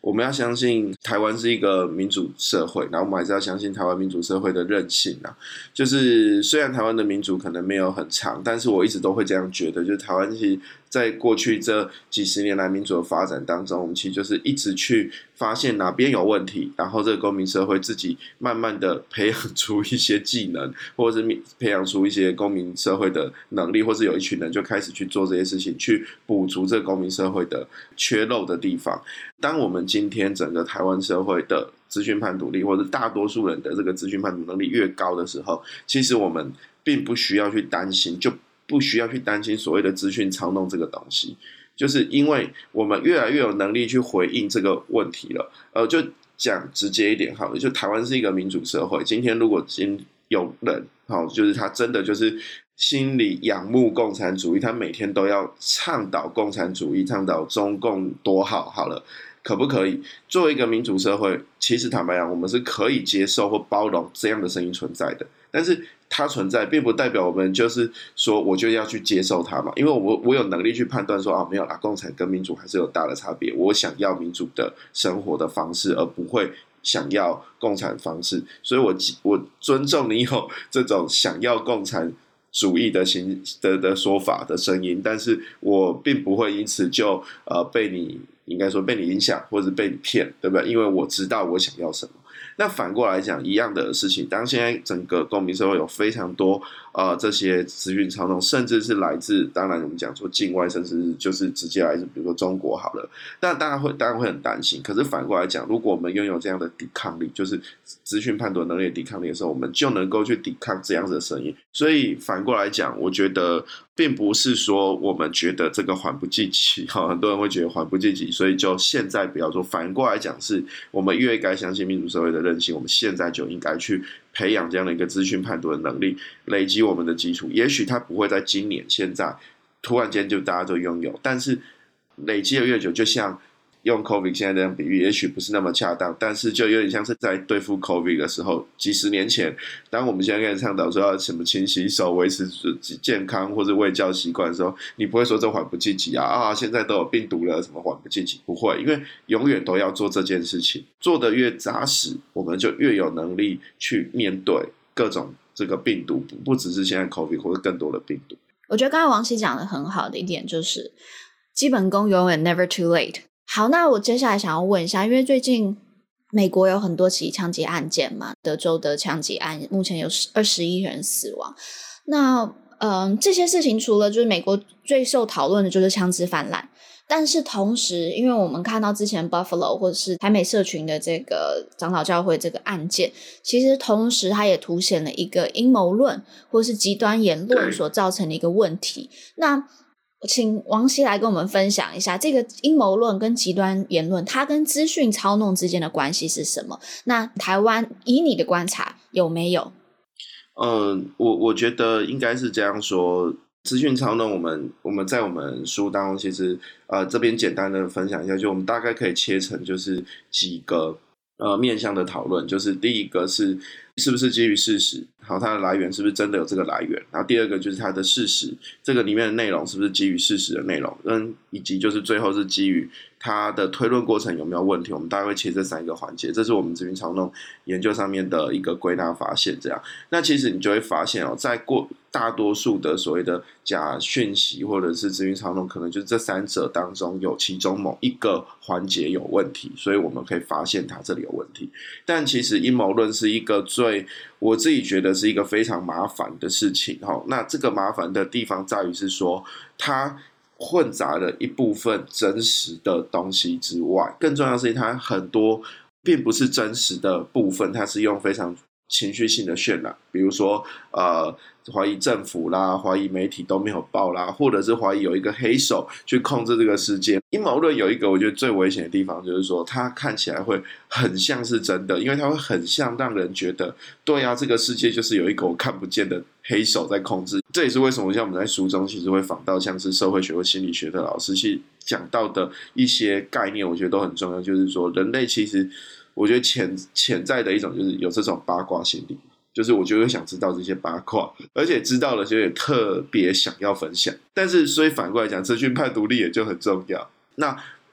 我们要相信台湾是一个民主社会，然后我们还是要相信台湾民主社会的韧性啊。就是虽然台湾的民主可能没有很长，但是我一直都会这样觉得，就是台湾其实在过去这几十年来民主的发展当中，我们其实就是一直去发现哪边有问题，然后这个公民社会自己慢慢的培养出一些技能，或者是培养出一些公民社会的能力，或是有一群人就开始去做这些事情，去补足这个公民社会的缺漏的地方。当我们今天整个台湾社会的资讯判读力，或者大多数人的这个资讯判读能力越高的时候，其实我们并不需要去担心，就不需要去担心所谓的资讯操弄这个东西，就是因为我们越来越有能力去回应这个问题了。就讲直接一点好了，就台湾是一个民主社会，今天如果有人就是他真的就是心里仰慕共产主义，他每天都要倡导共产主义，倡导中共多好了，可不可以？作为一个民主社会，其实坦白讲，我们是可以接受或包容这样的声音存在的。但是它存在，并不代表我们就是说我就要去接受它嘛。因为我有能力去判断说没有啦，共产跟民主还是有大的差别。我想要民主的生活的方式，而不会想要共产方式。所以我尊重你有这种想要共产主义的说法的声音，但是我并不会因此就被你应该说被你影响，或者被你骗，对不对？因为我知道我想要什么。那反过来讲，一样的事情，当现在整个公民社会有非常多这些资讯操弄，甚至是来自，当然我们讲说境外，甚至就是直接来自比如说中国好了，那当然会很担心。可是反过来讲，如果我们拥有这样的抵抗力，就是资讯判断能力的抵抗力的时候，我们就能够去抵抗这样子的声音。所以反过来讲，我觉得并不是说我们觉得这个缓不济急，很多人会觉得缓不济急，所以就现在不要做。反过来讲，是我们越该相信民主社会的韧性，我们现在就应该去培养这样的一个资讯判读的能力，累积我们的基础。也许它不会在今年现在突然间就大家都拥有，但是累积的越久，就像用 COVID 现在这样比喻，也许不是那么恰当，但是就有点像是在对付 COVID 的时候，几十年前，当我们现在开始倡导说要什么勤洗手、维持健康或者卫教习惯的时候，你不会说这缓不济急现在都有病毒了，什么缓不济急？不会，因为永远都要做这件事情，做得越扎实，我们就越有能力去面对各种这个病毒，不只是现在 COVID 或者更多的病毒。 我觉得刚才王希讲的很好的一点就是基本功永远 never too late。好，那我接下来想要问一下，因为最近美国有很多起枪击案件嘛，德州的枪击案目前有21人死亡。那这些事情除了就是美国最受讨论的就是枪支泛滥，但是同时因为我们看到之前 Buffalo 或者是台美社群的这个长老教会这个案件，其实同时它也凸显了一个阴谋论或是极端言论所造成的一个问题。那请王希来跟我们分享一下这个阴谋论跟极端言论它跟资讯操弄之间的关系是什么？那台湾以你的观察有没有？ 我觉得应该是这样说，资讯操弄我们在我们书当中其实这边简单的分享一下，就我们大概可以切成就是几个面向的讨论，就是第一个是不是基于事实，好，它的来源是不是真的有这个来源，然后第二个就是它的事实这个里面的内容是不是基于事实的内容，以及就是最后是基于它的推论过程有没有问题，我们大概会切这3个环节，这是我们资讯操弄研究上面的一个归纳发现。这样，那其实你就会发现在大多数的所谓的假讯息或者是资讯操弄，可能就是这3者当中有其中某一个环节有问题，所以我们可以发现它这里有问题。但其实阴谋论是一个我自己觉得是一个非常麻烦的事情。那这个麻烦的地方在于是说，它混杂了一部分真实的东西之外，更重要的是它很多并不是真实的部分，它是用非常情绪性的渲染，比如说怀疑政府啦，怀疑媒体都没有报啦，或者是怀疑有一个黑手去控制这个世界。阴谋论有一个我觉得最危险的地方，就是说它看起来会很像是真的，因为它会很像让人觉得对啊，这个世界就是有一个我看不见的黑手在控制。这也是为什么像我们在书中其实会访到像是社会学或心理学的老师去讲到的一些概念，我觉得都很重要，就是说人类其实我觉得潜在的一种就是有这种八卦心理，就是我就会想知道这些八卦，而且知道了就也特别想要分享。但是所以反过来讲，资讯判读力也就很重要。那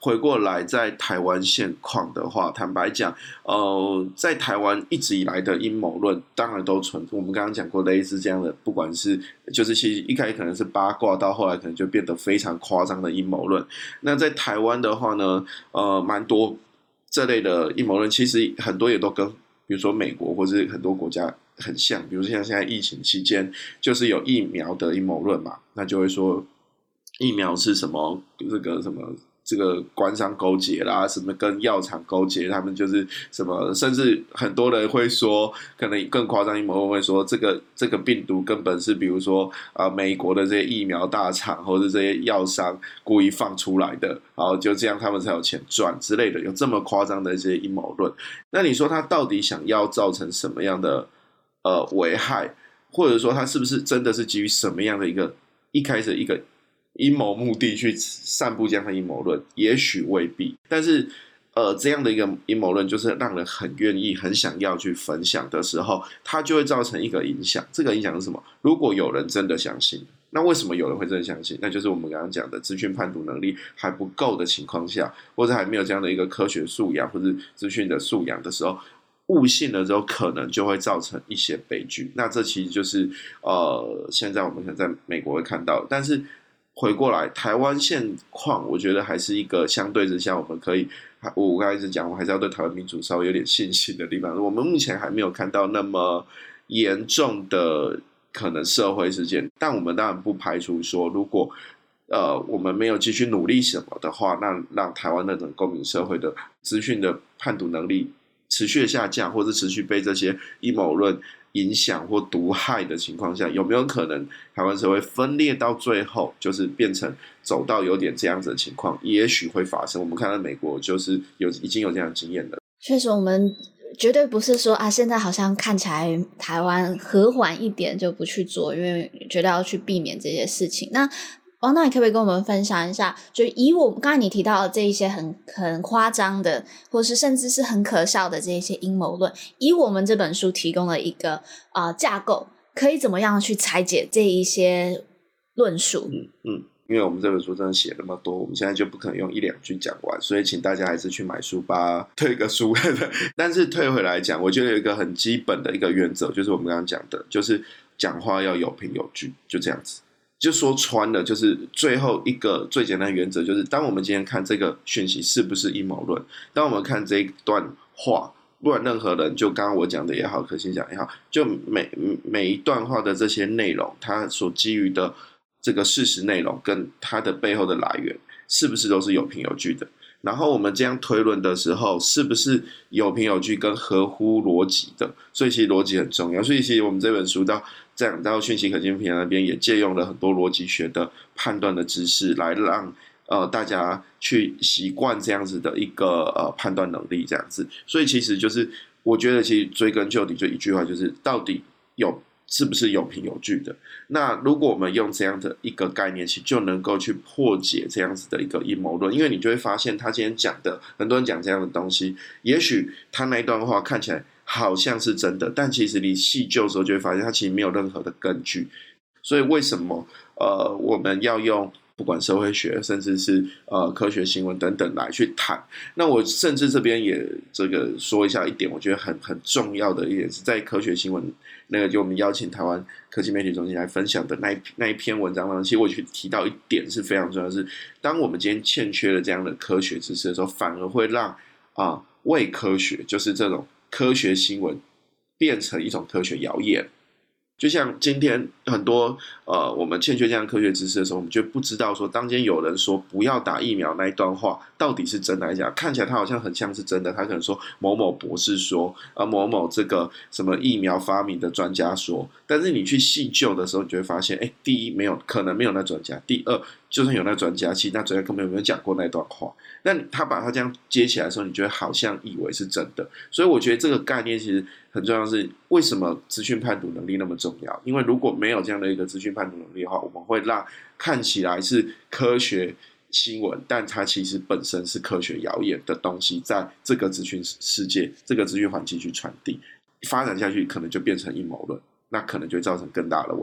回过来，在台湾现况的话，坦白讲，在台湾一直以来的阴谋论，当然都存。我们刚刚讲过类似这样的，不管是就是其实一开始可能是八卦，到后来可能就变得非常夸张的阴谋论。那在台湾的话呢，蛮多这类的阴谋论，其实很多也都跟比如说美国或是很多国家很像，比如像现在疫情期间，就是有疫苗的阴谋论嘛，那就会说疫苗是什么这个官商勾结啦，什么跟药厂勾结，他们就是什么，甚至很多人会说，可能更夸张阴谋论会说，这个病毒根本是比如说美国的这些疫苗大厂或者这些药商故意放出来的，然后就这样他们才有钱赚之类的，有这么夸张的一些阴谋论。那你说他到底想要造成什么样的危害，或者说他是不是真的是基于什么样的一开始一个阴谋目的去散布这样的阴谋论，也许未必，但是这样的一个阴谋论就是让人很愿意很想要去分享的时候，它就会造成一个影响。这个影响是什么？如果有人真的相信，那为什么有人会真的相信？那就是我们刚刚讲的资讯判读能力还不够的情况下，或者还没有这样的一个科学素养或者资讯的素养的时候，误信了之后可能就会造成一些悲剧。那这其实就是现在我们可能在美国会看到，但是回过来台湾现况，我觉得还是一个相对之下，我们可以，我刚才一直讲，我还是要对台湾民主稍微有点信心的地方。我们目前还没有看到那么严重的可能社会事件，但我们当然不排除说，如果我们没有继续努力什么的话，那让台湾的公民社会的资讯的判读能力持续的下降，或者持续被这些阴谋论影响或毒害的情况下，有没有可能台湾社会分裂到最后，就是变成走到有点这样子的情况？也许会发生。我们看到美国就是已经有这样的经验了。 确实，我们绝对不是说现在好像看起来台湾和缓一点就不去做，因为觉得要去避免这些事情。那王导，你可不可以跟我们分享一下，就以我们刚才你提到的这一些很夸张的，或是甚至是很可笑的这一些阴谋论，以我们这本书提供了一个架构，可以怎么样去拆解这一些论述？ 因为我们这本书真的写那么多，我们现在就不可能用一两句讲完，所以请大家还是去买书吧，退个书。但是退回来讲，我觉得有一个很基本的一个原则，就是我们刚刚讲的，就是讲话要有凭有据，就这样子。就说穿了，就是最后一个最简单的原则，就是当我们今天看这个讯息是不是阴谋论，当我们看这一段话，不管任何人，就刚刚我讲的也好，可心讲也好，就每一段话的这些内容，它所基于的这个事实内容跟它的背后的来源，是不是都是有凭有据的？然后我们这样推论的时候，是不是有凭有据跟合乎逻辑的？所以其实逻辑很重要。所以其实我们这本书讲到讯息可信平台那边，也借用了很多逻辑学的判断的知识，来让大家去习惯这样子的一个判断能力，这样子。所以其实就是我觉得，其实追根究底就一句话，就是到底是不是有凭有据的？那如果我们用这样的一个概念，其实就能够去破解这样子的一个阴谋论，因为你就会发现，他今天讲的很多人讲这样的东西，也许他那一段话看起来好像是真的，但其实你细究的时候就会发现，他其实没有任何的根据。所以为什么我们要用不管社会学甚至是科学新闻等等来去谈？那我甚至这边也这个说一下一点，我觉得很重要的一点是在科学新闻那个就我们邀请台湾科技媒体中心来分享的那一篇文章当中，其实我去提到一点是非常重要的是，当我们今天欠缺了这样的科学知识的时候，反而会让伪科学，就是这种科学新闻变成一种科学谣言。就像今天很多我们欠缺这样科学知识的时候，我们就不知道说，当今有人说不要打疫苗那一段话到底是真的还是假，看起来他好像很像是真的，他可能说某某博士说某某这个什么疫苗发明的专家说，但是你去细究的时候，你就会发现，第一可能没有那专家，第二就算有那专家，其实那专家根本没有讲过那段话，那他把它这样接起来的时候，你就会好像以为是真的。所以我觉得这个概念其实很重要，是为什么资讯判读能力那么重要？因为如果没有这样的一个资讯判读能力的话，我们会让看起来是科学新闻，但它其实本身是科学谣言的东西，在这个资讯世界、这个资讯环境去传递，发展下去可能就变成阴谋论，那可能就会造成更大的危害。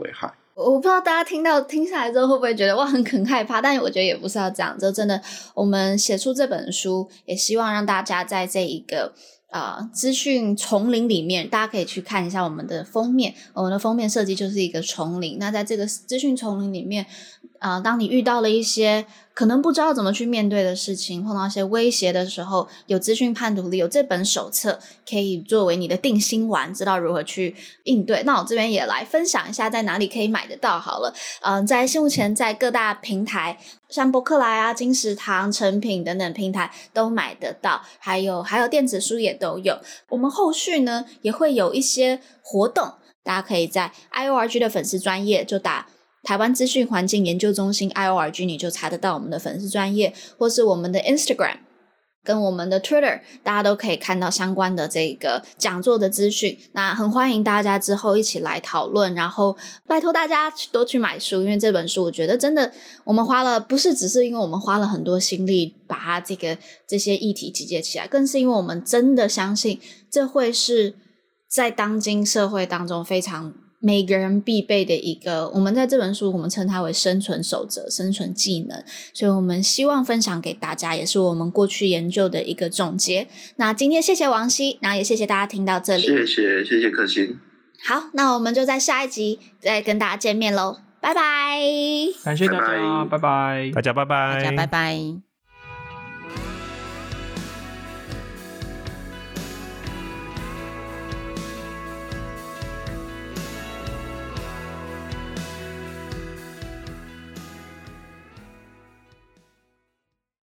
我不知道大家听下来之后会不会觉得哇很害怕，但我觉得也不是要这样，就真的我们写出这本书也希望让大家在这一个资讯丛林里面，大家可以去看一下我们的封面，我们的封面设计就是一个丛林。那在这个资讯丛林里面，当你遇到了一些可能不知道怎么去面对的事情，碰到一些威胁的时候，有资讯判读力，有这本手册可以作为你的定心丸，知道如何去应对。那我这边也来分享一下在哪里可以买得到好了。在目前在各大平台，像博客来啊、金石堂、诚品等等平台都买得到，还有电子书也都有。我们后续呢也会有一些活动，大家可以在 IORG 的粉丝专页就打台湾资讯环境研究中心 IORG， 你就查得到我们的粉丝专页，或是我们的 Instagram 跟我们的 Twitter， 大家都可以看到相关的这个讲座的资讯。那很欢迎大家之后一起来讨论，然后拜托大家多去买书，因为这本书我觉得真的我们花了，不是只是因为我们花了很多心力把它这些议题集结起来，更是因为我们真的相信这会是在当今社会当中非常每个人必备的一个，我们在这本书我们称它为生存守则、生存技能，所以我们希望分享给大家，也是我们过去研究的一个总结。那今天谢谢王希，然后也谢谢大家听到这里， 谢谢可心。 好，那我们就在下一集再跟大家见面咯，拜拜， 感谢大家，拜拜， 大家拜拜， 大家拜拜。